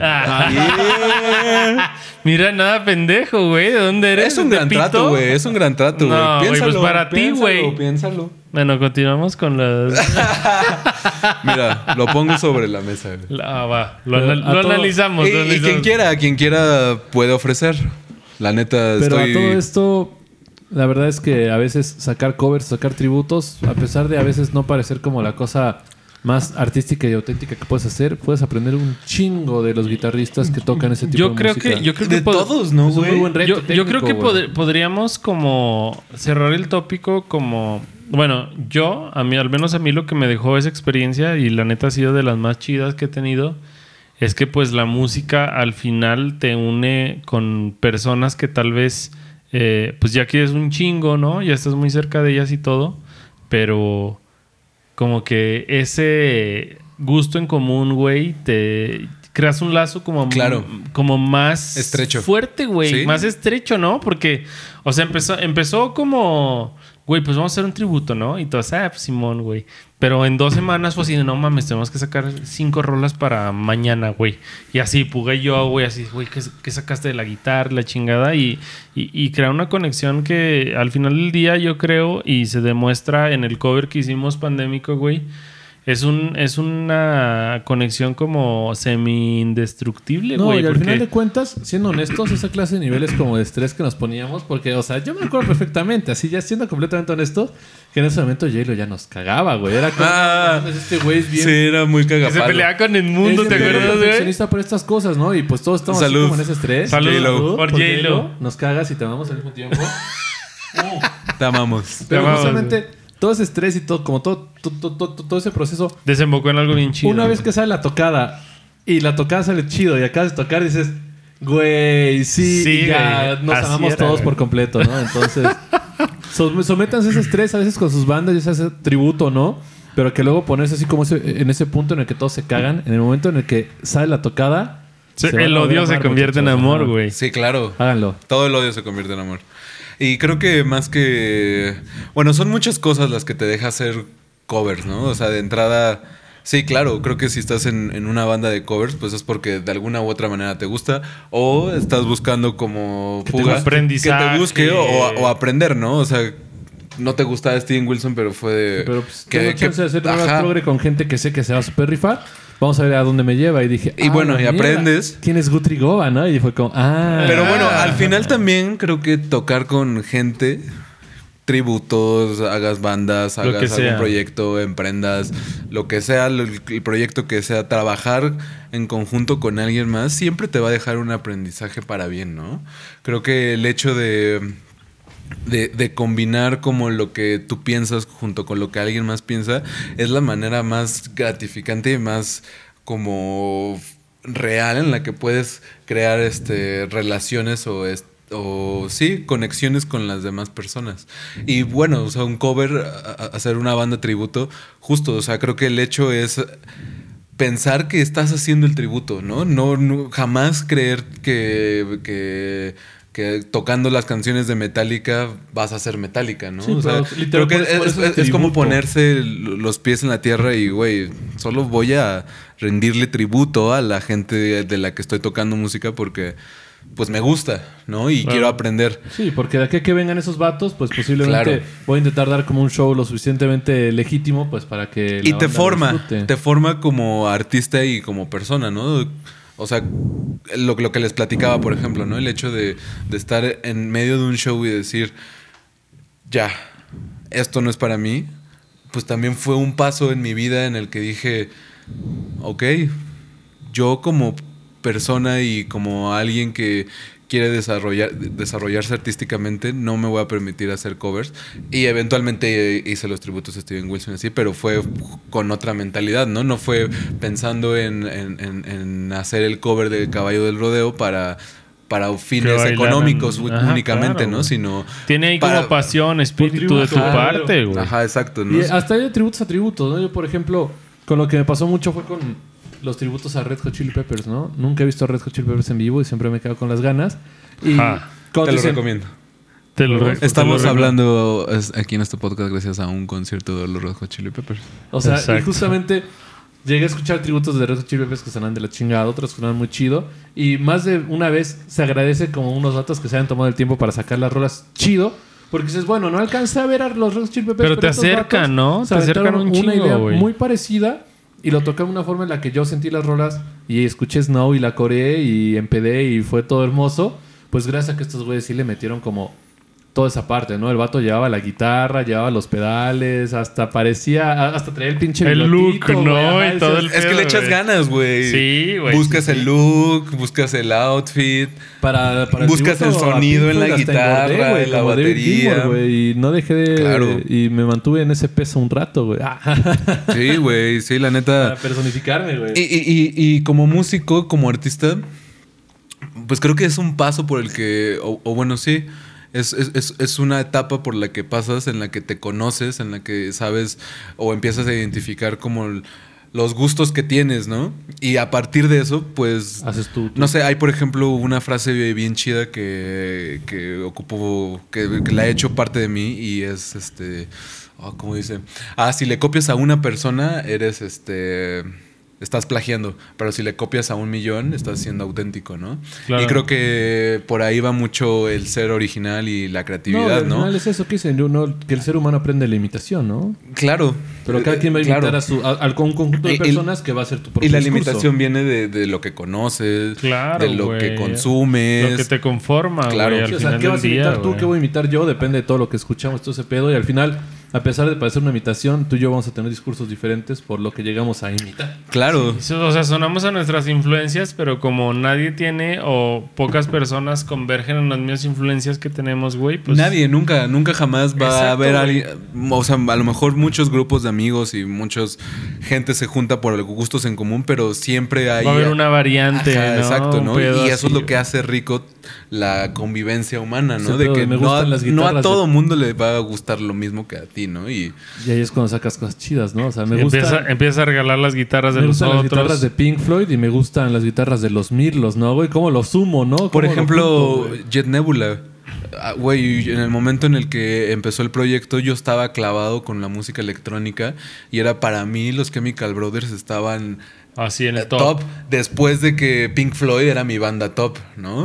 Mira, nada pendejo, güey. ¿De dónde eres? Es un ¿De gran Tepito? trato, güey. Es un gran trato, güey. No, güey, Piénsalo. pues para ti, güey. Piénsalo. Bueno, continuamos con las... Mira, lo pongo sobre la mesa, güey. va. Lo Pero analizamos. Y quien quiera puede ofrecer. La neta, Pero estoy... a todo esto, la verdad es que a veces sacar covers, sacar tributos, a pesar de a veces no parecer como la cosa más artística y auténtica que puedes hacer, puedes aprender un chingo de los guitarristas que tocan ese tipo de música. Yo creo de que todos, ¿no, Es un muy güey? buen reto Yo creo que técnico, güey. podríamos como cerrar el tópico como... Bueno, al menos a mí lo que me dejó esa experiencia y la neta ha sido de las más chidas que he tenido es que pues la música al final te une con personas que tal vez pues ya quieres un chingo, ¿no? Ya estás muy cerca de ellas y todo, pero como que ese gusto en común, güey, te creas un lazo como, Claro. como más Estrecho. fuerte, güey. Sí. Más estrecho, ¿no? Porque, o sea, empezó como, güey, pues vamos a hacer un tributo, ¿no? Y todos, pues Simón, güey. Pero en 2 semanas fue así de, no mames, tenemos que sacar 5 rolas para mañana, güey. Y así, Puga y yo, güey, así, güey, ¿qué sacaste de la guitarra, la chingada? Y crear una conexión que al final del día yo creo, y se demuestra en el cover que hicimos pandémico, güey, es una conexión como semi-indestructible, No, güey. y al final de cuentas, siendo honestos, esa clase de niveles como de estrés que nos poníamos, porque, o sea, yo me acuerdo perfectamente, así ya siendo completamente honesto, que en ese momento J-Lo ya nos cagaba, güey. Era como, este güey es bien... Sí, era muy que cagapalo. se peleaba con el mundo, ¿te acuerdas, güey? Perfeccionista por estas cosas, ¿no? Y pues todos estamos así Salud. como en ese estrés. Salud por J-Lo. Nos cagas y te amamos al mismo tiempo. Te amamos. Pero amamos, justamente todo ese estrés y todo, como todo ese proceso, Desembocó en algo bien chido. una vez que sale la tocada y la tocada sale chido y acabas de tocar, dices, güey, sí, Sí, y ya güey. nos Así amamos era, todos güey. por completo, ¿no? Entonces, sométanse ese estrés a veces con sus bandas, ya se hace tributo, ¿no? Pero que luego ponerse así como en ese punto en el que todos se cagan, en el momento en el que sale la tocada. Sí, se van el a volver odio a se amar, convierte en muchachos. amor, Ajá. güey. Sí, claro. Háganlo. Todo el odio se convierte en amor. Y creo que más que... Bueno, son muchas cosas las que te deja hacer covers, ¿no? O sea, de entrada... Sí, claro. Creo que si estás en una banda de covers, pues es porque de alguna u otra manera te gusta. O estás buscando como Que te fuga. guste. Aprendizaje. Que te busque o aprender, ¿no? O sea... No te gustaba Steven Wilson, pero fue de... Pero pues, tengo chance de hacer rolas ajá. progre con gente que sé que se va a super rifar. Vamos a ver a dónde me lleva. Y dije, Y bueno, la y mierda. aprendes. ¿Quién es Guthrie Govan, no? Y fue como, Pero bueno, al final también creo que tocar con gente, tributos, hagas bandas, Lo que hagas algún sea. proyecto, emprendas, lo que sea, el proyecto que sea, trabajar en conjunto con alguien más, siempre te va a dejar un aprendizaje para bien, ¿no? Creo que el hecho de combinar como lo que tú piensas junto con lo que alguien más piensa es la manera más gratificante y más como real en la que puedes crear relaciones o sí, conexiones con las demás personas. Y bueno, o sea, un cover, hacer una banda tributo, justo, o sea, creo que el hecho es pensar que estás haciendo el tributo, ¿no? No jamás creer que tocando las canciones de Metallica vas a ser Metallica, ¿no? Sí, o sea, pero creo literal, que por eso es es como tributo. ponerse los pies en la tierra y, güey, solo voy a rendirle tributo a la gente de la que estoy tocando música porque, pues, me gusta, ¿no? Y quiero aprender. Sí, porque de aquí a que vengan esos vatos, pues posiblemente Claro. voy a intentar dar como un show lo suficientemente legítimo, pues para que Y la te banda lo disfrute. te forma como artista y como persona, ¿no? O sea, lo que les platicaba, por ejemplo, ¿no? El hecho de estar en medio de un show y decir, ya, esto no es para mí, pues también fue un paso en mi vida en el que dije, ok, yo como persona y como alguien que quiere desarrollarse artísticamente, no me voy a permitir hacer covers. Y eventualmente hice los tributos a Steven Wilson así, pero fue con otra mentalidad, ¿no? No fue pensando en hacer el cover de Caballo del Rodeo para fines bailaran. económicos Ajá, únicamente, claro, ¿no? güey. Sino Tiene ahí como pasión, espíritu de tu tributo, parte, güey. Ajá, exacto, ¿no? Y hasta hay de tributos a tributos, ¿no? Yo, por ejemplo, con lo que me pasó mucho fue con los tributos a Red Hot Chili Peppers, ¿no? Nunca he visto a Red Hot Chili Peppers en vivo y siempre me he quedado con las ganas. Y Ajá. cuando Te lo dicen- recomiendo. Te lo re- Estamos te lo re- hablando aquí en este podcast gracias a un concierto de los Red Hot Chili Peppers. O sea, y Exacto. justamente llegué a escuchar tributos de Red Hot Chili Peppers que sonan de la chingada, otros que sonan muy chido. Y más de una vez se agradece como unos datos que se hayan tomado el tiempo para sacar las rolas chido. Porque dices, bueno, no alcancé a ver a los Red Hot Chili Peppers. Pero te estos acercan, vatos ¿no? se Te acercan aventaron un una chingo, idea güey. muy parecida y lo toqué de una forma en la que yo sentí las rolas y escuché Snow y la coreé y empedé y fue todo hermoso. Pues gracias a que estos güeyes sí le metieron como toda esa parte, ¿no? El vato llevaba la guitarra, llevaba los pedales, hasta traía el pinche El bigotito, look, ¿no? güey. Ajá, Y todo decías, Es que pedo, le echas güey. ganas, güey. Sí, güey, Buscas sí, el sí. look, buscas el outfit. para Buscas tributo el a sonido Pink en la Floyd hasta guitarra, engordé, en la como David batería. Gilmour, güey, y no dejé de... Claro. Y me mantuve en ese peso un rato, güey. Sí, güey, sí, la Para neta. personificarme, güey. Y como músico, como artista, pues creo que es un paso por el que, o bueno, sí, es una etapa por la que pasas, en la que te conoces, en la que sabes o empiezas a identificar como los gustos que tienes, ¿no? Y a partir de eso, pues... Haces tú. No sé, hay por ejemplo una frase bien chida que ocupo, que la he hecho parte de mí y es ¿cómo dice? Si le copias a una persona, eres estás plagiando. Pero si le copias a 1,000,000, estás siendo auténtico, ¿no? Claro. Y creo que por ahí va mucho el ser original y la creatividad, ¿no? Al final es eso que dicen, que el ser humano aprende la imitación, ¿no? Claro. Pero cada quien va a imitar a un conjunto de personas que va a ser tu propio Y la discurso. limitación viene de lo que conoces, Claro, de lo güey. que consumes. Lo que te conforma, Claro. güey, al Sí, o sea, final ¿qué vas a del día, imitar tú? güey. ¿Qué voy a imitar yo? Depende de todo lo que escuchamos, todo ese pedo. Y al final, a pesar de parecer una imitación, tú y yo vamos a tener discursos diferentes por lo que llegamos a imitar. Claro. O sea, sonamos a nuestras influencias, pero como nadie tiene o pocas personas convergen en las mismas influencias que tenemos, güey, pues... Nadie, nunca jamás va Exacto, a haber güey. alguien. O sea, a lo mejor muchos grupos de amigos y muchos gente se junta por gustos en común, pero siempre hay. Va a haber una variante, Ajá, ¿no? exacto, Un ¿no? pedo Y eso es así, lo que hace rico la convivencia humana, ¿no? Ese De pedo que de me no gustan las no a guitarras todo mundo le va a gustar lo mismo que a ti, ¿no? Y Y ahí es cuando sacas cosas chidas, ¿no? O sea, me gusta... Empieza a regalar las guitarras de Me los gustan las otros. guitarras de Pink Floyd y me gustan las guitarras de los Mirlos, ¿no, güey? ¿Cómo lo sumo, no? ¿Cómo por lo ejemplo, junto, güey? Jet Nebula. Güey, en el momento en el que empezó el proyecto, yo estaba clavado con la música electrónica y era para mí los Chemical Brothers estaban Así en el top. después de que Pink Floyd era mi banda top, ¿no?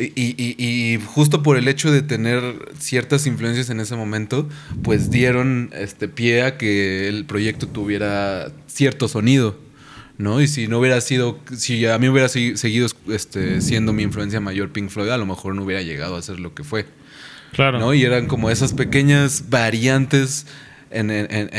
Y justo por el hecho de tener ciertas influencias en ese momento, pues dieron pie a que el proyecto tuviera cierto sonido, ¿no? Y si no hubiera sido, si a mí hubiera seguido siendo mi influencia mayor Pink Floyd, a lo mejor no hubiera llegado a ser lo que fue. Claro. ¿No? Y eran como esas pequeñas variantes en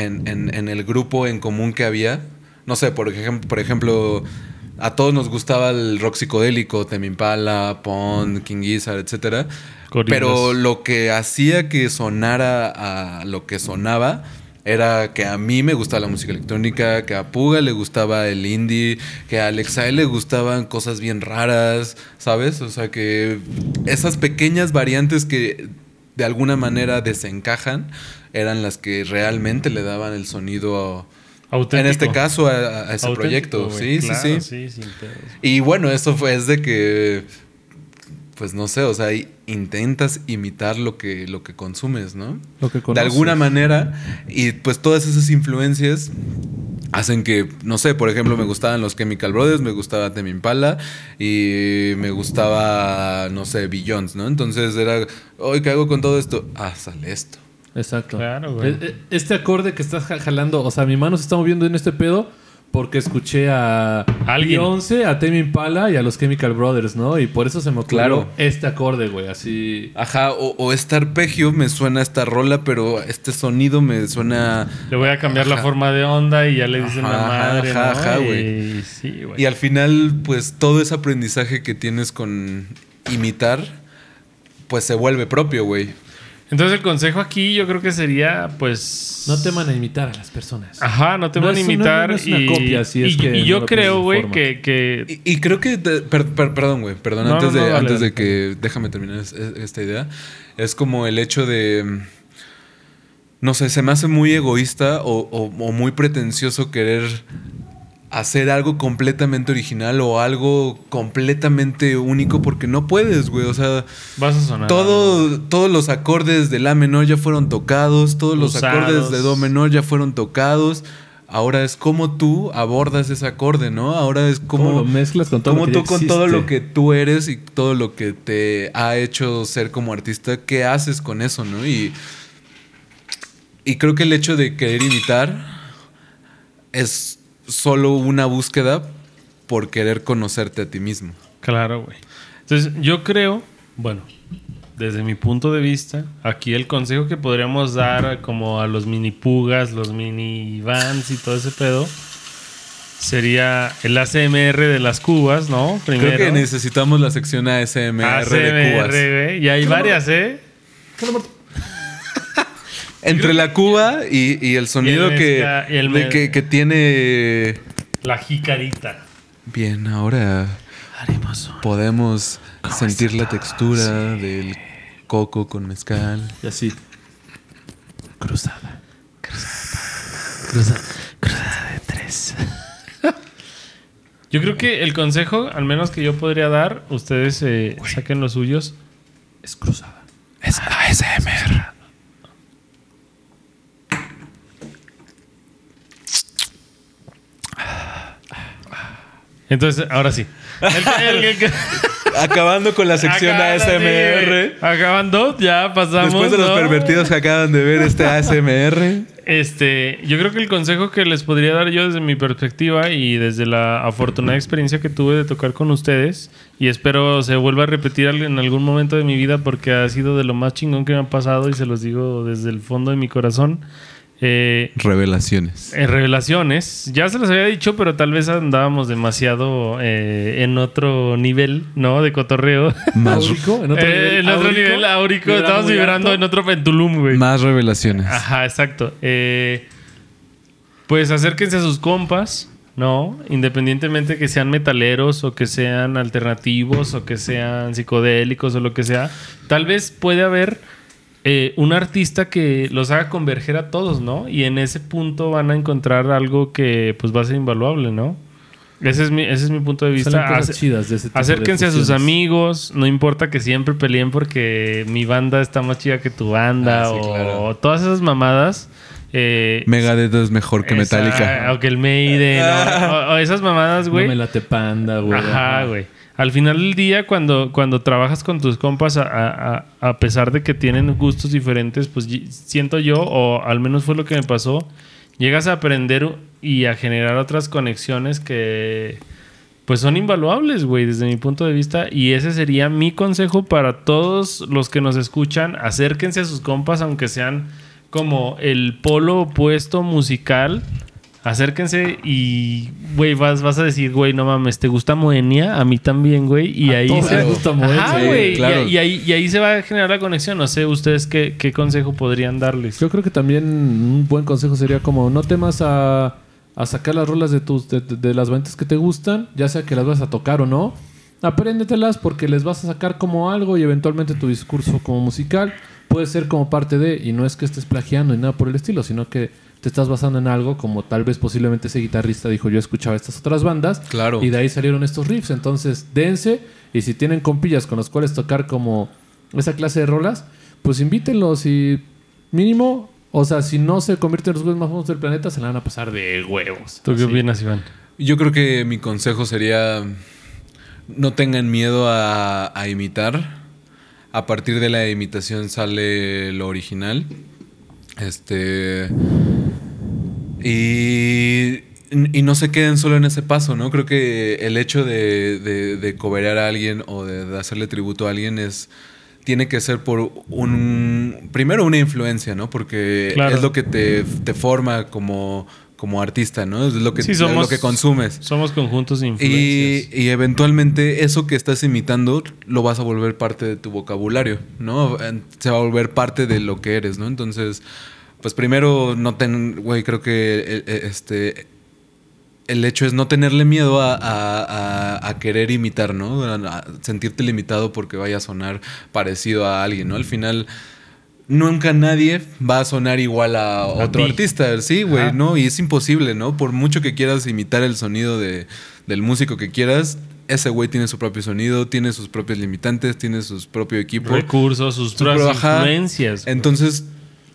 el grupo en común que había. No sé, por ejemplo, a todos nos gustaba el rock psicodélico, Tame Impala, Pond, King Gizzard, etcétera. Gorillaz. Pero lo que hacía que sonara a lo que sonaba era que a mí me gustaba la música electrónica, que a Puga le gustaba el indie, que a Alexei le gustaban cosas bien raras, ¿sabes? O sea, que esas pequeñas variantes que de alguna manera desencajan eran las que realmente le daban el sonido Auténtico. en este caso a ese Auténtico, proyecto. güey. Sí, Claro, sí. sin pedos. Y bueno, eso es de que, pues no sé, o sea, intentas imitar lo que consumes, ¿no? Lo que De conoces. alguna manera. Y pues todas esas influencias hacen que, no sé, por ejemplo, me gustaban los Chemical Brothers, me gustaba Tame Impala y me gustaba, no sé, Beyoncé, ¿no? Entonces era, oye, ¿qué hago con todo esto? Ah, sale esto. Exacto. Claro, güey. Este acorde que estás jalando, o sea, mi mano se está moviendo en este pedo porque escuché a Alguien. Beyoncé, a Tame Impala y a los Chemical Brothers, ¿no? Y por eso se me ocurrió Claro. este acorde, güey, así... Ajá, o este arpegio me suena a esta rola, pero este sonido me suena... Le voy a cambiar la Ajá. forma de onda y ya le dicen la Ajá, madre, ajá, ¿no? ajá, Y güey. sí, güey. Y al final, pues todo ese aprendizaje que tienes con imitar, pues se vuelve propio, güey. Entonces el consejo aquí yo creo que sería, pues... No teman a imitar a las personas. Ajá, no te van a imitar. No es una copia, si es que y yo no lo creo, piensas de güey, forma. que Y creo que... perdón, güey. Perdón, No, antes no, de dale, antes dale. de que... Déjame terminar esta idea. Es como el hecho de... No sé, se me hace muy egoísta o muy pretencioso querer hacer algo completamente original o algo completamente único porque no puedes, güey. O sea, vas a sonar. todos los acordes de La menor ya fueron tocados, todos los Usados. acordes de Do menor ya fueron tocados. Ahora es como tú abordas ese acorde, ¿no? Ahora es ¿Cómo como lo mezclas con todo como lo que tú ya con todo existe? lo que tú eres y todo lo que te ha hecho ser como artista, ¿qué haces con eso, no? Y creo que el hecho de querer imitar es solo una búsqueda por querer conocerte a ti mismo. Claro, güey. Entonces yo creo, bueno, desde mi punto de vista, aquí el consejo que podríamos dar como a los mini pugas, los mini vans y todo ese pedo, sería el ASMR de las cubas, ¿no? Primero. Creo que necesitamos la sección ASMR de cubas. güey. Y hay varias, ¿eh? Entre la cuba y el sonido que tiene... La jicarita. Bien, ahora podemos sentir la textura del coco con mezcal. Y así. Cruzada de 3. Yo creo que el consejo, al menos que yo podría dar, ustedes saquen los suyos. Es cruzada. Es ASMR. Entonces, ahora sí. Acabando con la sección ASMR. Acabando, ya pasamos. Después de los pervertidos que acaban de ver este ASMR. Yo creo que el consejo que les podría dar yo desde mi perspectiva y desde la afortunada experiencia que tuve de tocar con ustedes, y espero se vuelva a repetir en algún momento de mi vida porque ha sido de lo más chingón que me ha pasado y se los digo desde el fondo de mi corazón. Revelaciones. Revelaciones. Ya se los había dicho, pero tal vez andábamos demasiado en otro nivel, ¿no? De cotorreo. ¿Más rico? ¿En otro nivel áurico. Estamos vibrando en otro Tulum, güey. Más revelaciones. Ajá, exacto. Pues acérquense a sus compas, ¿no? Independientemente que sean metaleros o que sean alternativos o que sean psicodélicos o lo que sea. Tal vez puede haber un artista que los haga converger a todos, ¿no? Y en ese punto van a encontrar algo que pues va a ser invaluable, ¿no? Ese es mi punto de vista. Chidas de ese tipo acérquense de a sus amigos, no importa que siempre peleen porque mi banda está más chida que tu banda sí, o todas esas mamadas. Megadeth es mejor que Metallica. O que el Maiden o esas mamadas, güey. No me late Panda, güey. Ajá, güey. Al final del día, cuando trabajas con tus compas, a pesar de que tienen gustos diferentes, pues siento yo, o al menos fue lo que me pasó, llegas a aprender y a generar otras conexiones que pues son invaluables, güey, desde mi punto de vista. Y ese sería mi consejo para todos los que nos escuchan. Acérquense a sus compas, aunque sean como el polo opuesto musical. Acérquense y, güey, vas a decir, güey, no mames, ¿te gusta Moenia? A mí también, güey. Y ahí se gusta Moenia. Ajá, güey. Claro. Y ahí se va a generar la conexión. No sé, ¿ustedes qué consejo podrían darles? Yo creo que también un buen consejo sería como no temas a sacar las rolas de las bandas que te gustan, ya sea que las vas a tocar o no. Apréndetelas porque les vas a sacar como algo y eventualmente tu discurso como musical puede ser como parte de, y no es que estés plagiando ni nada por el estilo, sino que te estás basando en algo como tal vez posiblemente ese guitarrista dijo yo escuchaba estas otras bandas claro. Y de ahí salieron estos riffs, entonces dense y si tienen compillas con los cuales tocar como esa clase de rolas, pues invítenlos y mínimo, o sea, si no se convierten en los güeyes más famosos del planeta se la van a pasar de huevos. ¿Tú qué opinas, Iván? Yo creo que mi consejo sería no tengan miedo a imitar. A partir de la imitación sale lo original. Y no se queden solo en ese paso, ¿no? Creo que el hecho de coberear a alguien o de hacerle tributo a alguien tiene que ser por primero una influencia, ¿no? Porque claro. Es lo que te forma como artista, ¿no? Es lo que, es lo que consumes. Somos conjuntos de influencias. Y eventualmente eso que estás imitando lo vas a volver parte de tu vocabulario, ¿no? Se va a volver parte de lo que eres, ¿no? Entonces, pues primero güey, creo que el hecho es no tenerle miedo a querer imitar, ¿no? A sentirte limitado porque vaya a sonar parecido a alguien, ¿no? Al final nunca nadie va a sonar igual a otro artista, sí, güey, ¿no? Y es imposible, ¿no? Por mucho que quieras imitar el sonido del músico que quieras, ese güey tiene su propio sonido, tiene sus propios limitantes, tiene su propio equipo. Recursos, sus propias influencias. Entonces,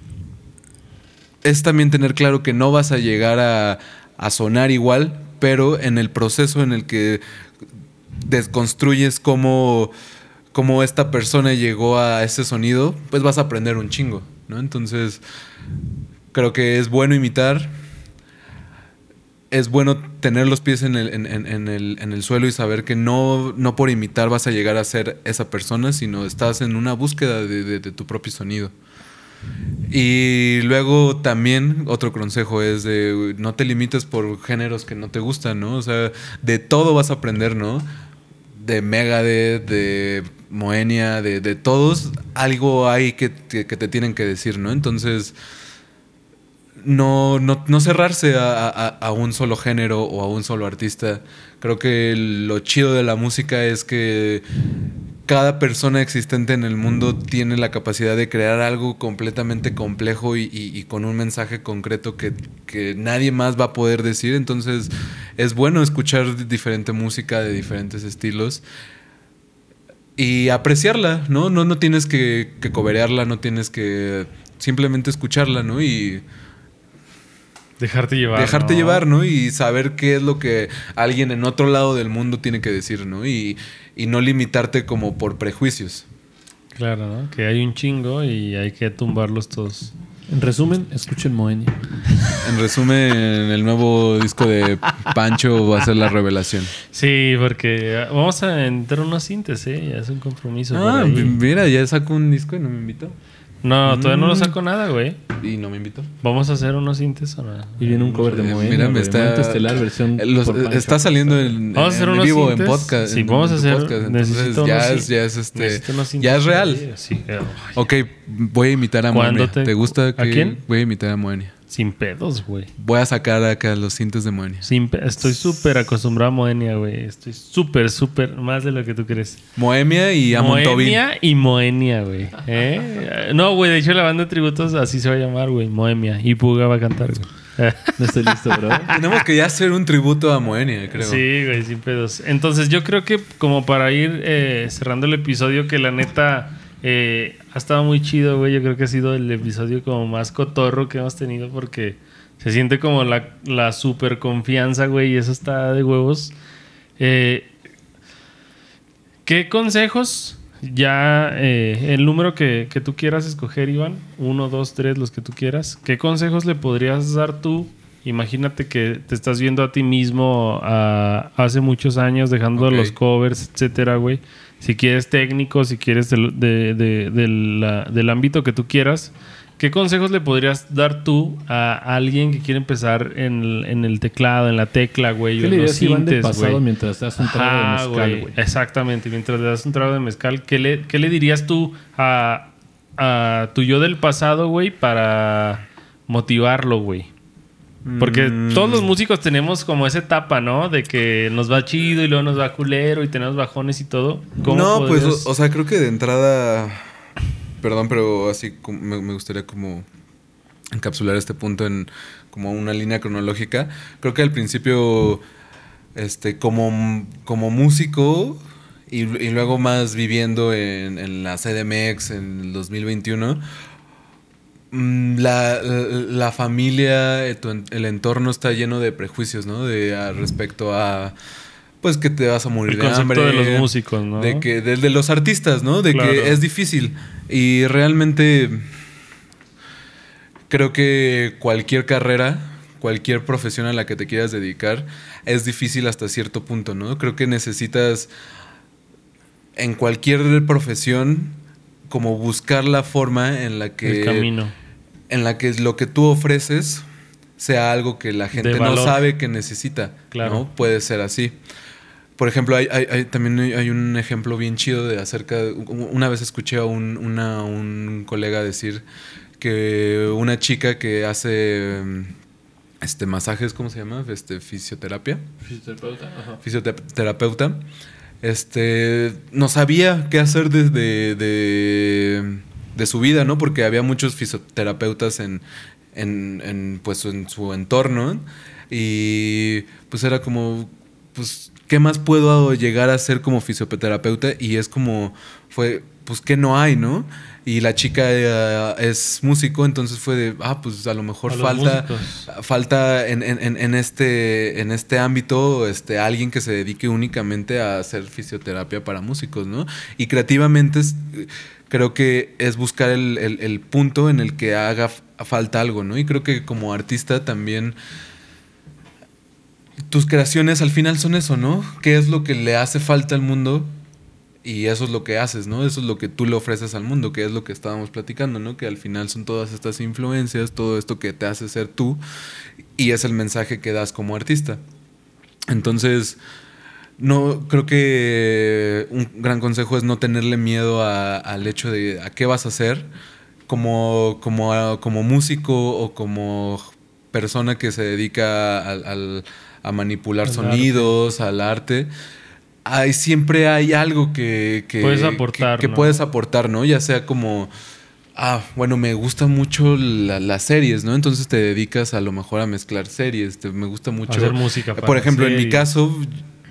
es también tener claro que no vas a llegar a sonar igual, pero en el proceso en el que desconstruyes cómo esta persona llegó a ese sonido, pues vas a aprender un chingo, ¿no? Entonces, creo que es bueno imitar. Es bueno tener los pies en el suelo y saber que no por imitar vas a llegar a ser esa persona, sino estás en una búsqueda de tu propio sonido. Y luego también otro consejo es de no te limites por géneros que no te gustan, ¿no? O sea, de todo vas a aprender, ¿no? De Megadeth, de Moenia, de todos, algo hay que te tienen que decir, ¿no? Entonces, no cerrarse a un solo género o a un solo artista. Creo que lo chido de la música es que cada persona existente en el mundo tiene la capacidad de crear algo completamente complejo y con un mensaje concreto que nadie más va a poder decir. Entonces es bueno escuchar diferente música de diferentes estilos y apreciarla, ¿no? No tienes que coberearla, no tienes que simplemente escucharla, ¿no? Y Dejarte llevar. Dejarte llevar, ¿no? Y saber qué es lo que alguien en otro lado del mundo tiene que decir, ¿no? Y no limitarte como por prejuicios. Claro, ¿no? Que hay un chingo y hay que tumbarlos todos. En resumen, escuchen Moenia. En resumen, el nuevo disco de Pancho va a ser la revelación. Sí, porque vamos a entrar unos sintes, ¿eh? Ya es un compromiso. por ahí. Mira, ya sacó un disco y no me invitó. No, todavía no lo saco nada, güey. Y no me invitó. ¿Vamos a hacer unos sintes o no? Y viene un cover de Moenia. Mira, me está... Estelar, versión está saliendo en vivo, en podcast. Sí, vamos a hacer... Podcast. Entonces ya es real. Sí. Ok, voy a invitar a Moenia. ¿Te gusta que... ¿A quién? Voy a invitar a Moenia. Sin pedos, güey. Voy a sacar acá los cintos de Moenia. Estoy súper acostumbrado a Moenia, güey. Estoy súper, más de lo que tú crees. Moenia y Amontobin. Moenia y Moenia, güey. No, güey, de hecho la banda de tributos así se va a llamar, güey. Moenia. Y Puga va a cantar, güey. No estoy listo, bro. Tenemos que ya hacer un tributo a Moenia, creo. Sí, güey, sin pedos. Entonces yo creo que como para ir cerrando el episodio, que la neta... ha estado muy chido, güey. Yo creo que ha sido el episodio como más cotorro que hemos tenido porque se siente como la super confianza, güey, y eso está de huevos. ¿Qué consejos? Ya el número que tú quieras escoger, Iván, 1, 2, 3, los que tú quieras. ¿Qué consejos le podrías dar tú? Imagínate que te estás viendo a ti mismo hace muchos años dejando los covers, etcétera, güey. Si quieres técnico, si quieres del ámbito que tú quieras, ¿qué consejos le podrías dar tú a alguien que quiere empezar en el teclado, en la tecla, güey? ¿Qué le dirías si van de pasado mientras te das un trago de mezcal, güey? Exactamente, mientras le das un trago de mezcal, ¿qué le dirías tú a tu yo del pasado, güey, para motivarlo, güey? Porque todos los músicos tenemos como esa etapa, ¿no? De que nos va chido y luego nos va culero y tenemos bajones y todo. No, podrías... pues, o sea, creo que de entrada... Perdón, pero así me gustaría como encapsular este punto en como una línea cronológica. Creo que al principio, como músico y luego más viviendo en la CDMX en el 2021... La familia, el entorno está lleno de prejuicios, ¿no? Respecto a, pues, que te vas a morir de hambre. El concepto de los músicos, ¿no? De los artistas, ¿no? Claro. Que es difícil. Y realmente creo que cualquier carrera, cualquier profesión a la que te quieras dedicar, es difícil hasta cierto punto, ¿no? Creo que necesitas, en cualquier profesión, como buscar la forma en la que... El camino. En la que lo que tú ofreces sea algo que la gente no sabe que necesita. Claro. ¿No? Puede ser así. Por ejemplo, también hay un ejemplo bien chido una vez escuché a un colega decir que una chica que hace masajes, ¿cómo se llama? Fisioterapia. Fisioterapeuta. Ajá. Fisioterapeuta. No sabía qué hacer de su vida, ¿no? Porque había muchos fisioterapeutas en su entorno. Y pues era como, pues, ¿qué más puedo llegar a hacer como fisioterapeuta? Y es como, pues, ¿qué no hay, no? Y la chica es músico, entonces fue de, pues a lo mejor falta en este ámbito alguien que se dedique únicamente a hacer fisioterapia para músicos, ¿no? Y creativamente creo que es buscar el punto en el que haga falta algo, ¿no? Y creo que como artista también tus creaciones al final son eso, ¿no? ¿Qué es lo que le hace falta al mundo? Y eso es lo que haces, ¿no? Eso es lo que tú le ofreces al mundo, que es lo que estábamos platicando, ¿no? Que al final son todas estas influencias, todo esto que te hace ser tú, y es el mensaje que das como artista. Entonces, no creo que un gran consejo es no tenerle miedo al hecho de a qué vas a hacer como músico o como persona que se dedica a manipular sonidos, al arte. Siempre hay algo que puedes aportar, que ¿no? puedes aportar, ¿no? Ya sea como, bueno, me gustan mucho las series, ¿no? Entonces te dedicas a lo mejor a mezclar series. Me gusta mucho hacer música. Por ejemplo, en mi caso,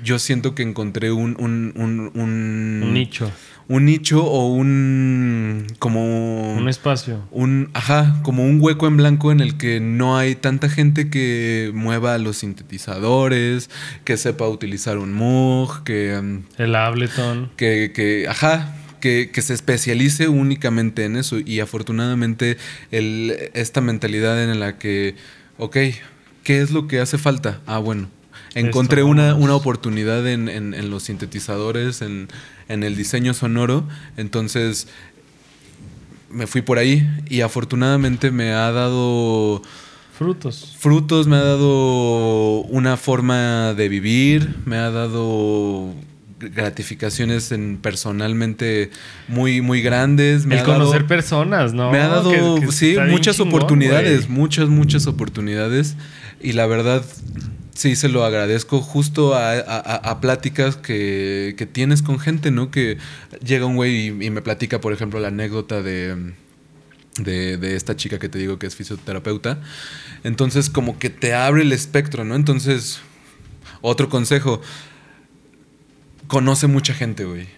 yo siento que encontré un nicho. Un nicho o como un espacio. Como un hueco en blanco en el que no hay tanta gente que mueva los sintetizadores, que sepa utilizar un Moog, que el Ableton. Que se especialice únicamente en eso. Y afortunadamente esta mentalidad en la que, ok, ¿qué es lo que hace falta? Bueno, encontré una oportunidad en los sintetizadores, en el diseño sonoro. Entonces me fui por ahí y afortunadamente me ha dado frutos, me ha dado una forma de vivir, me ha dado gratificaciones personalmente muy, muy grandes. El conocer personas, ¿no? Me ha dado, muchas oportunidades, muchas oportunidades. Y la verdad, sí, se lo agradezco justo a pláticas que tienes con gente, ¿no? Que llega un güey y me platica, por ejemplo, la anécdota de esta chica que te digo que es fisioterapeuta. Entonces, como que te abre el espectro, ¿no? Entonces, otro consejo: conoce mucha gente, güey.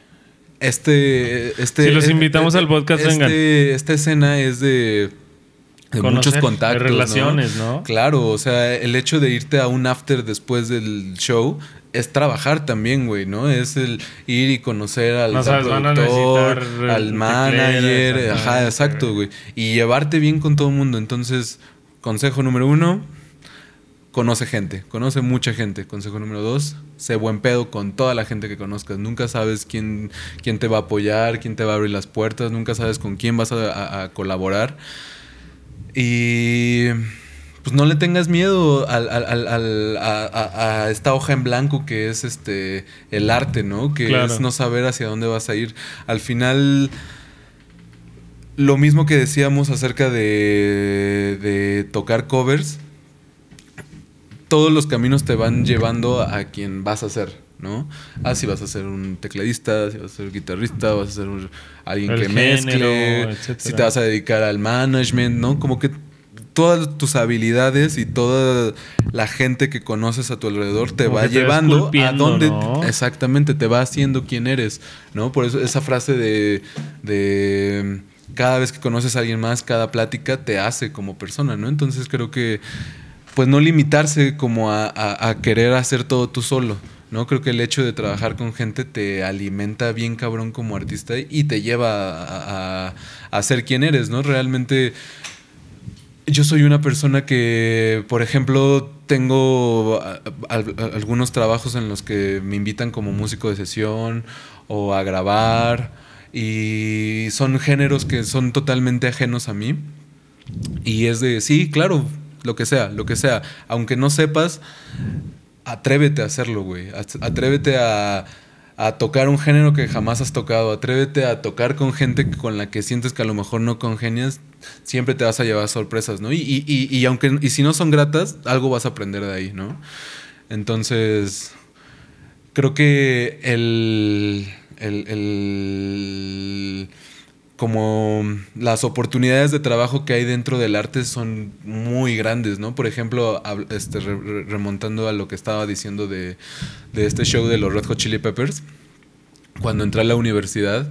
Si los invitamos al podcast, vengan. Esta escena es de muchos contactos, de relaciones, ¿no? Claro, o sea, el hecho de irte a un after después del show es trabajar también, güey, ¿no? Es el ir y conocer al productor, al manager, exacto, güey. Y llevarte bien con todo el mundo. Entonces, consejo número 1, conoce gente, conoce mucha gente. Consejo número 2, sé buen pedo con toda la gente que conozcas. Nunca sabes quién te va a apoyar, quién te va a abrir las puertas, nunca sabes con quién vas a colaborar. Y pues no le tengas miedo a esta hoja en blanco que es el arte, ¿no? Que es no saber hacia dónde vas a ir. Al final, lo mismo que decíamos acerca de tocar covers, todos los caminos te van llevando a quien vas a ser, ¿no? Si vas a ser un tecladista, si vas a ser guitarrista, vas a ser alguien que mezcle, etcétera. Si te vas a dedicar al management, ¿no? Como que todas tus habilidades y toda la gente que conoces a tu alrededor te va llevando a donde, ¿no? Exactamente, te va haciendo quien eres, ¿no? Por eso esa frase de cada vez que conoces a alguien más, cada plática te hace como persona, ¿no? Entonces creo que pues no limitarse como a querer hacer todo tú solo, ¿no? Creo que el hecho de trabajar con gente te alimenta bien cabrón como artista y te lleva a ser quien eres, ¿no? Realmente yo soy una persona que, por ejemplo, tengo algunos trabajos en los que me invitan como músico de sesión o a grabar, y son géneros que son totalmente ajenos a mí. Y es de, sí, claro, lo que sea. Aunque no sepas, atrévete a hacerlo, güey. Atrévete a tocar un género que jamás has tocado. Atrévete a tocar con gente con la que sientes que a lo mejor no congenias. Siempre te vas a llevar sorpresas, ¿no? Y si no son gratas, algo vas a aprender de ahí, ¿no? Entonces, creo que como las oportunidades de trabajo que hay dentro del arte son muy grandes, ¿no? Por ejemplo, remontando a lo que estaba diciendo de este show de los Red Hot Chili Peppers, cuando entré a la universidad,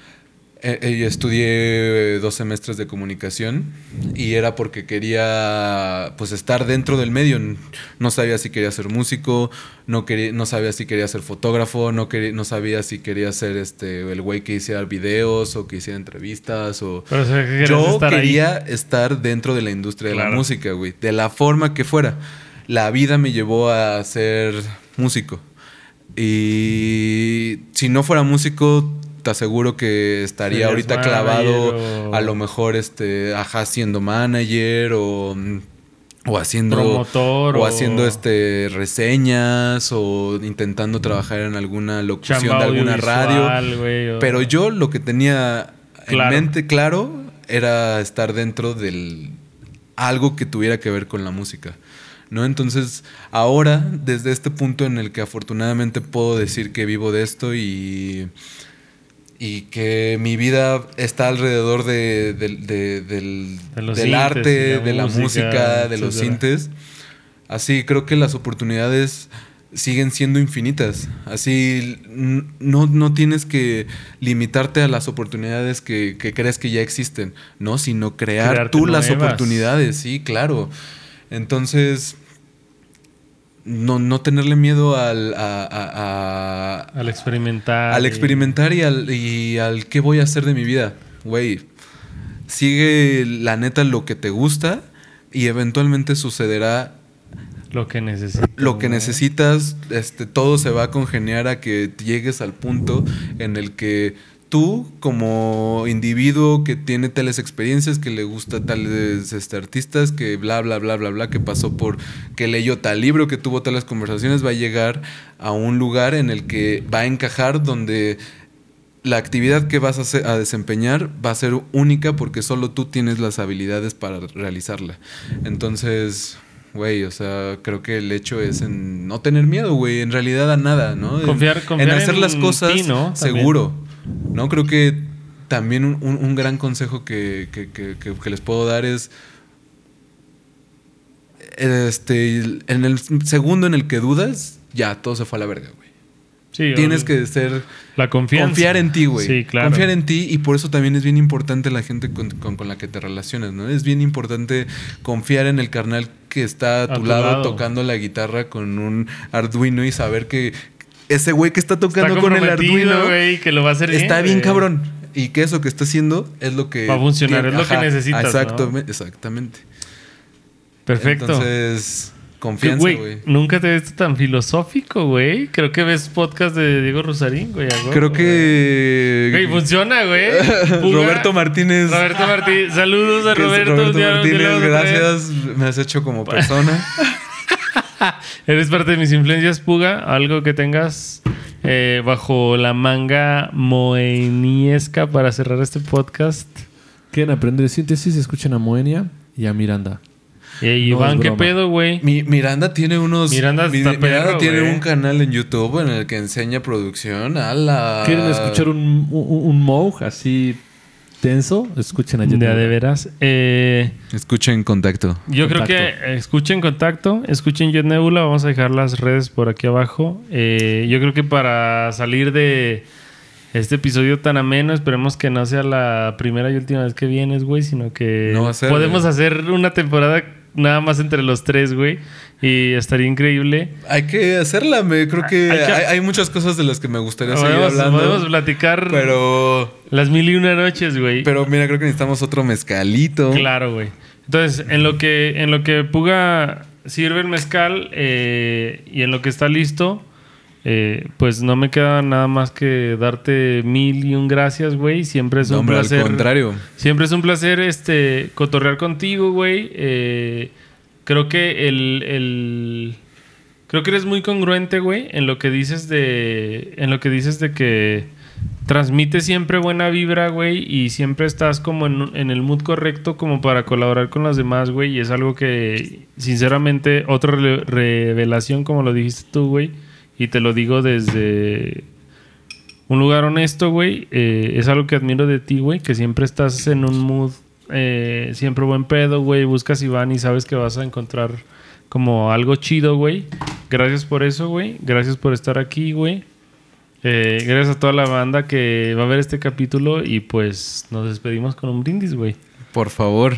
estudié 2 semestres de comunicación y era porque quería pues estar dentro del medio. No sabía si quería ser músico, no sabía si quería ser fotógrafo, no sabía si quería ser el güey que hiciera videos o que hiciera entrevistas yo quería estar dentro de la industria de la música, güey, de la forma que fuera. La vida me llevó a ser músico, y si no fuera músico, te aseguro que estaría ahorita clavado a lo mejor siendo manager o haciendo promotor o haciendo reseñas o intentando trabajar en alguna locución de alguna radio, pero yo lo que tenía en mente claro era estar dentro del algo que tuviera que ver con la música, ¿no? Entonces, ahora, desde este punto en el que afortunadamente puedo decir que vivo de esto y que mi vida está alrededor del arte, de la música, de los sintes. Así creo que las oportunidades siguen siendo infinitas. Así no tienes que limitarte a las oportunidades que crees que ya existen, ¿no? Sino crear tú las oportunidades, sí, claro. Entonces, no tenerle miedo al experimentar. Al experimentar y al qué voy a hacer de mi vida. Güey, sigue la neta lo que te gusta y eventualmente sucederá lo que necesitas. Lo que necesitas, todo se va a congeniar a que llegues al punto en el que tú, como individuo que tiene tales experiencias, que le gusta tales artistas, que bla, bla, bla, bla, bla, que pasó por, que leyó tal libro, que tuvo tales conversaciones, va a llegar a un lugar en el que va a encajar, donde la actividad que vas a desempeñar va a ser única porque solo tú tienes las habilidades para realizarla. Entonces, güey, o sea, creo que el hecho es en no tener miedo, güey, en realidad a nada, ¿no? Confiar en hacer las cosas ti, ¿no? seguro, ¿no? Creo que también un gran consejo que les puedo dar es en el segundo en el que dudas, ya, todo se fue a la verga, güey. Sí, tienes que ser... La confianza. Confiar en ti, güey. Sí, claro. Confiar en ti, y por eso también es bien importante la gente con la que te relacionas, ¿no? Es bien importante confiar en el carnal que está a tu lado tocando la guitarra con un Arduino y saber que ese güey que está tocando con el Arduino, güey, que lo va a hacer está bien cabrón. Y que eso que está haciendo es lo que... va a funcionar, es lo que necesitas, exactamente, ¿no? Exactamente. Perfecto. Entonces... confianza, güey. Nunca te he visto tan filosófico, güey. Creo que ves podcast de Diego Rosarín, güey. Creo que... güey, funciona, güey. Roberto Martínez. Saludos a Roberto Martínez, gracias. Me has hecho como persona. Eres parte de mis influencias, Puga. Algo que tengas bajo la manga moeniesca para cerrar este podcast. ¿Quieren aprender síntesis? Escuchen a Moenia y a Miranda. Iván, ¿qué pedo, güey? Miranda tiene Miranda tiene un canal en YouTube en el que enseña producción. ¿Quieren escuchar un Moog así tenso? Escuchen a YouTube. De veras. Escuchen Contacto. Yo creo que escuchen Contacto, escuchen Jet Nebula. Vamos a dejar las redes por aquí abajo. Yo creo que para salir de este episodio tan ameno, esperemos que no sea la primera y última vez que vienes, güey, sino que no va a ser, podemos hacer una temporada nada más entre los tres, güey. Y estaría increíble. Hay que hacerla, creo que hay muchas cosas de las que me gustaría seguir hablando. Podemos platicar las 1001 noches, güey. Pero mira, creo que necesitamos otro mezcalito. Claro, güey. Entonces, en lo que Puga sirve el mezcal y en lo que está listo, pues no me queda nada más que darte 1001 gracias, güey. Siempre es un placer. Al contrario. Siempre es un placer cotorrear contigo, güey. Creo que creo que eres muy congruente, güey, en lo que dices de que transmites siempre buena vibra, güey, y siempre estás como en el mood correcto como para colaborar con los demás, güey. Y es algo que, sinceramente, otra revelación, como lo dijiste tú, güey. Y te lo digo desde un lugar honesto, güey. Es algo que admiro de ti, güey. Que siempre estás en un mood, siempre buen pedo, güey. Buscas y van y sabes que vas a encontrar como algo chido, güey. Gracias por eso, güey. Gracias por estar aquí, güey. Gracias a toda la banda que va a ver este capítulo. Y pues nos despedimos con un brindis, güey. Por favor.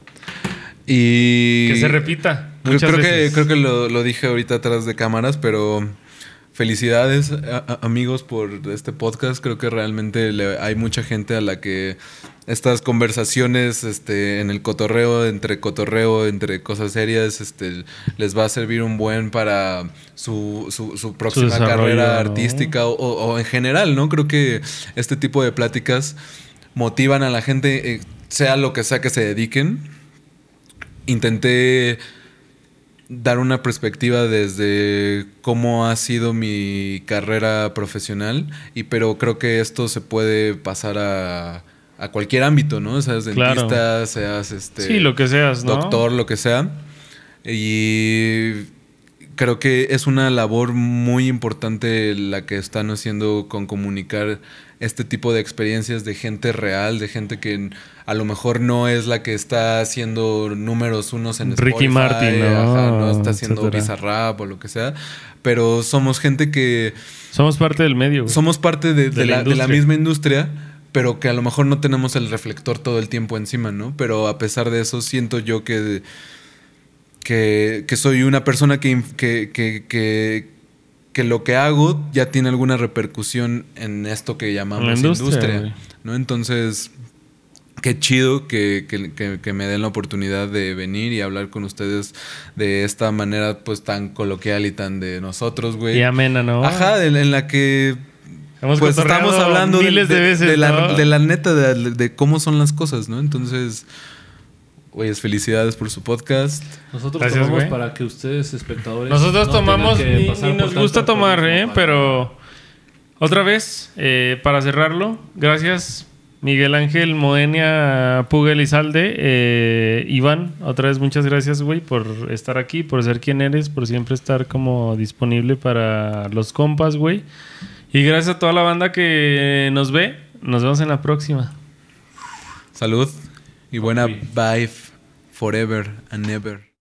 Y... que se repita. Creo que lo dije ahorita atrás de cámaras, pero... felicidades, amigos, por este podcast. Creo que realmente hay mucha gente a la que estas conversaciones en el cotorreo, entre cosas serias, les va a servir un buen para su próxima carrera artística, ¿no? o en general, ¿no? Creo que este tipo de pláticas motivan a la gente, sea lo que sea que se dediquen. Intenté dar una perspectiva desde cómo ha sido mi carrera profesional, pero creo que esto se puede pasar a cualquier ámbito, ¿no? Seas dentista, claro. Seas sí, lo que seas, ¿no? Doctor, lo que sea. Y creo que es una labor muy importante la que están haciendo con comunicar este tipo de experiencias de gente real, de gente que a lo mejor no es la que está haciendo números unos en Spotify, Ricky Martin, no está haciendo etcétera. Bizarrap o lo que sea, pero somos gente que... Somos parte del medio, güey. Somos parte de la misma industria, pero que a lo mejor no tenemos el reflector todo el tiempo encima, ¿no? Pero a pesar de eso siento yo que soy una persona que lo que hago ya tiene alguna repercusión en esto que llamamos industria, ¿no? Entonces, qué chido que me den la oportunidad de venir y hablar con ustedes de esta manera pues tan coloquial y tan de nosotros, güey. Y amena, ¿no? Ajá, en la que pues estamos hablando miles de veces, ¿no? de la neta, de cómo son las cosas, ¿no? Entonces... Güeyes, felicidades por su podcast. Nosotros Gracias, tomamos güey. para que ustedes, espectadores... Nosotros tomamos tengan que y pasar por nos gusta tanto tomar, alcoholismo pero otra vez, para cerrarlo, gracias Miguel Ángel, Moenia, Puga Elizalde, Iván, otra vez muchas gracias, güey, por estar aquí, por ser quien eres, por siempre estar como disponible para los compas, güey. Y gracias a toda la banda que nos ve. Nos vemos en la próxima. Salud y buena vibe forever and ever.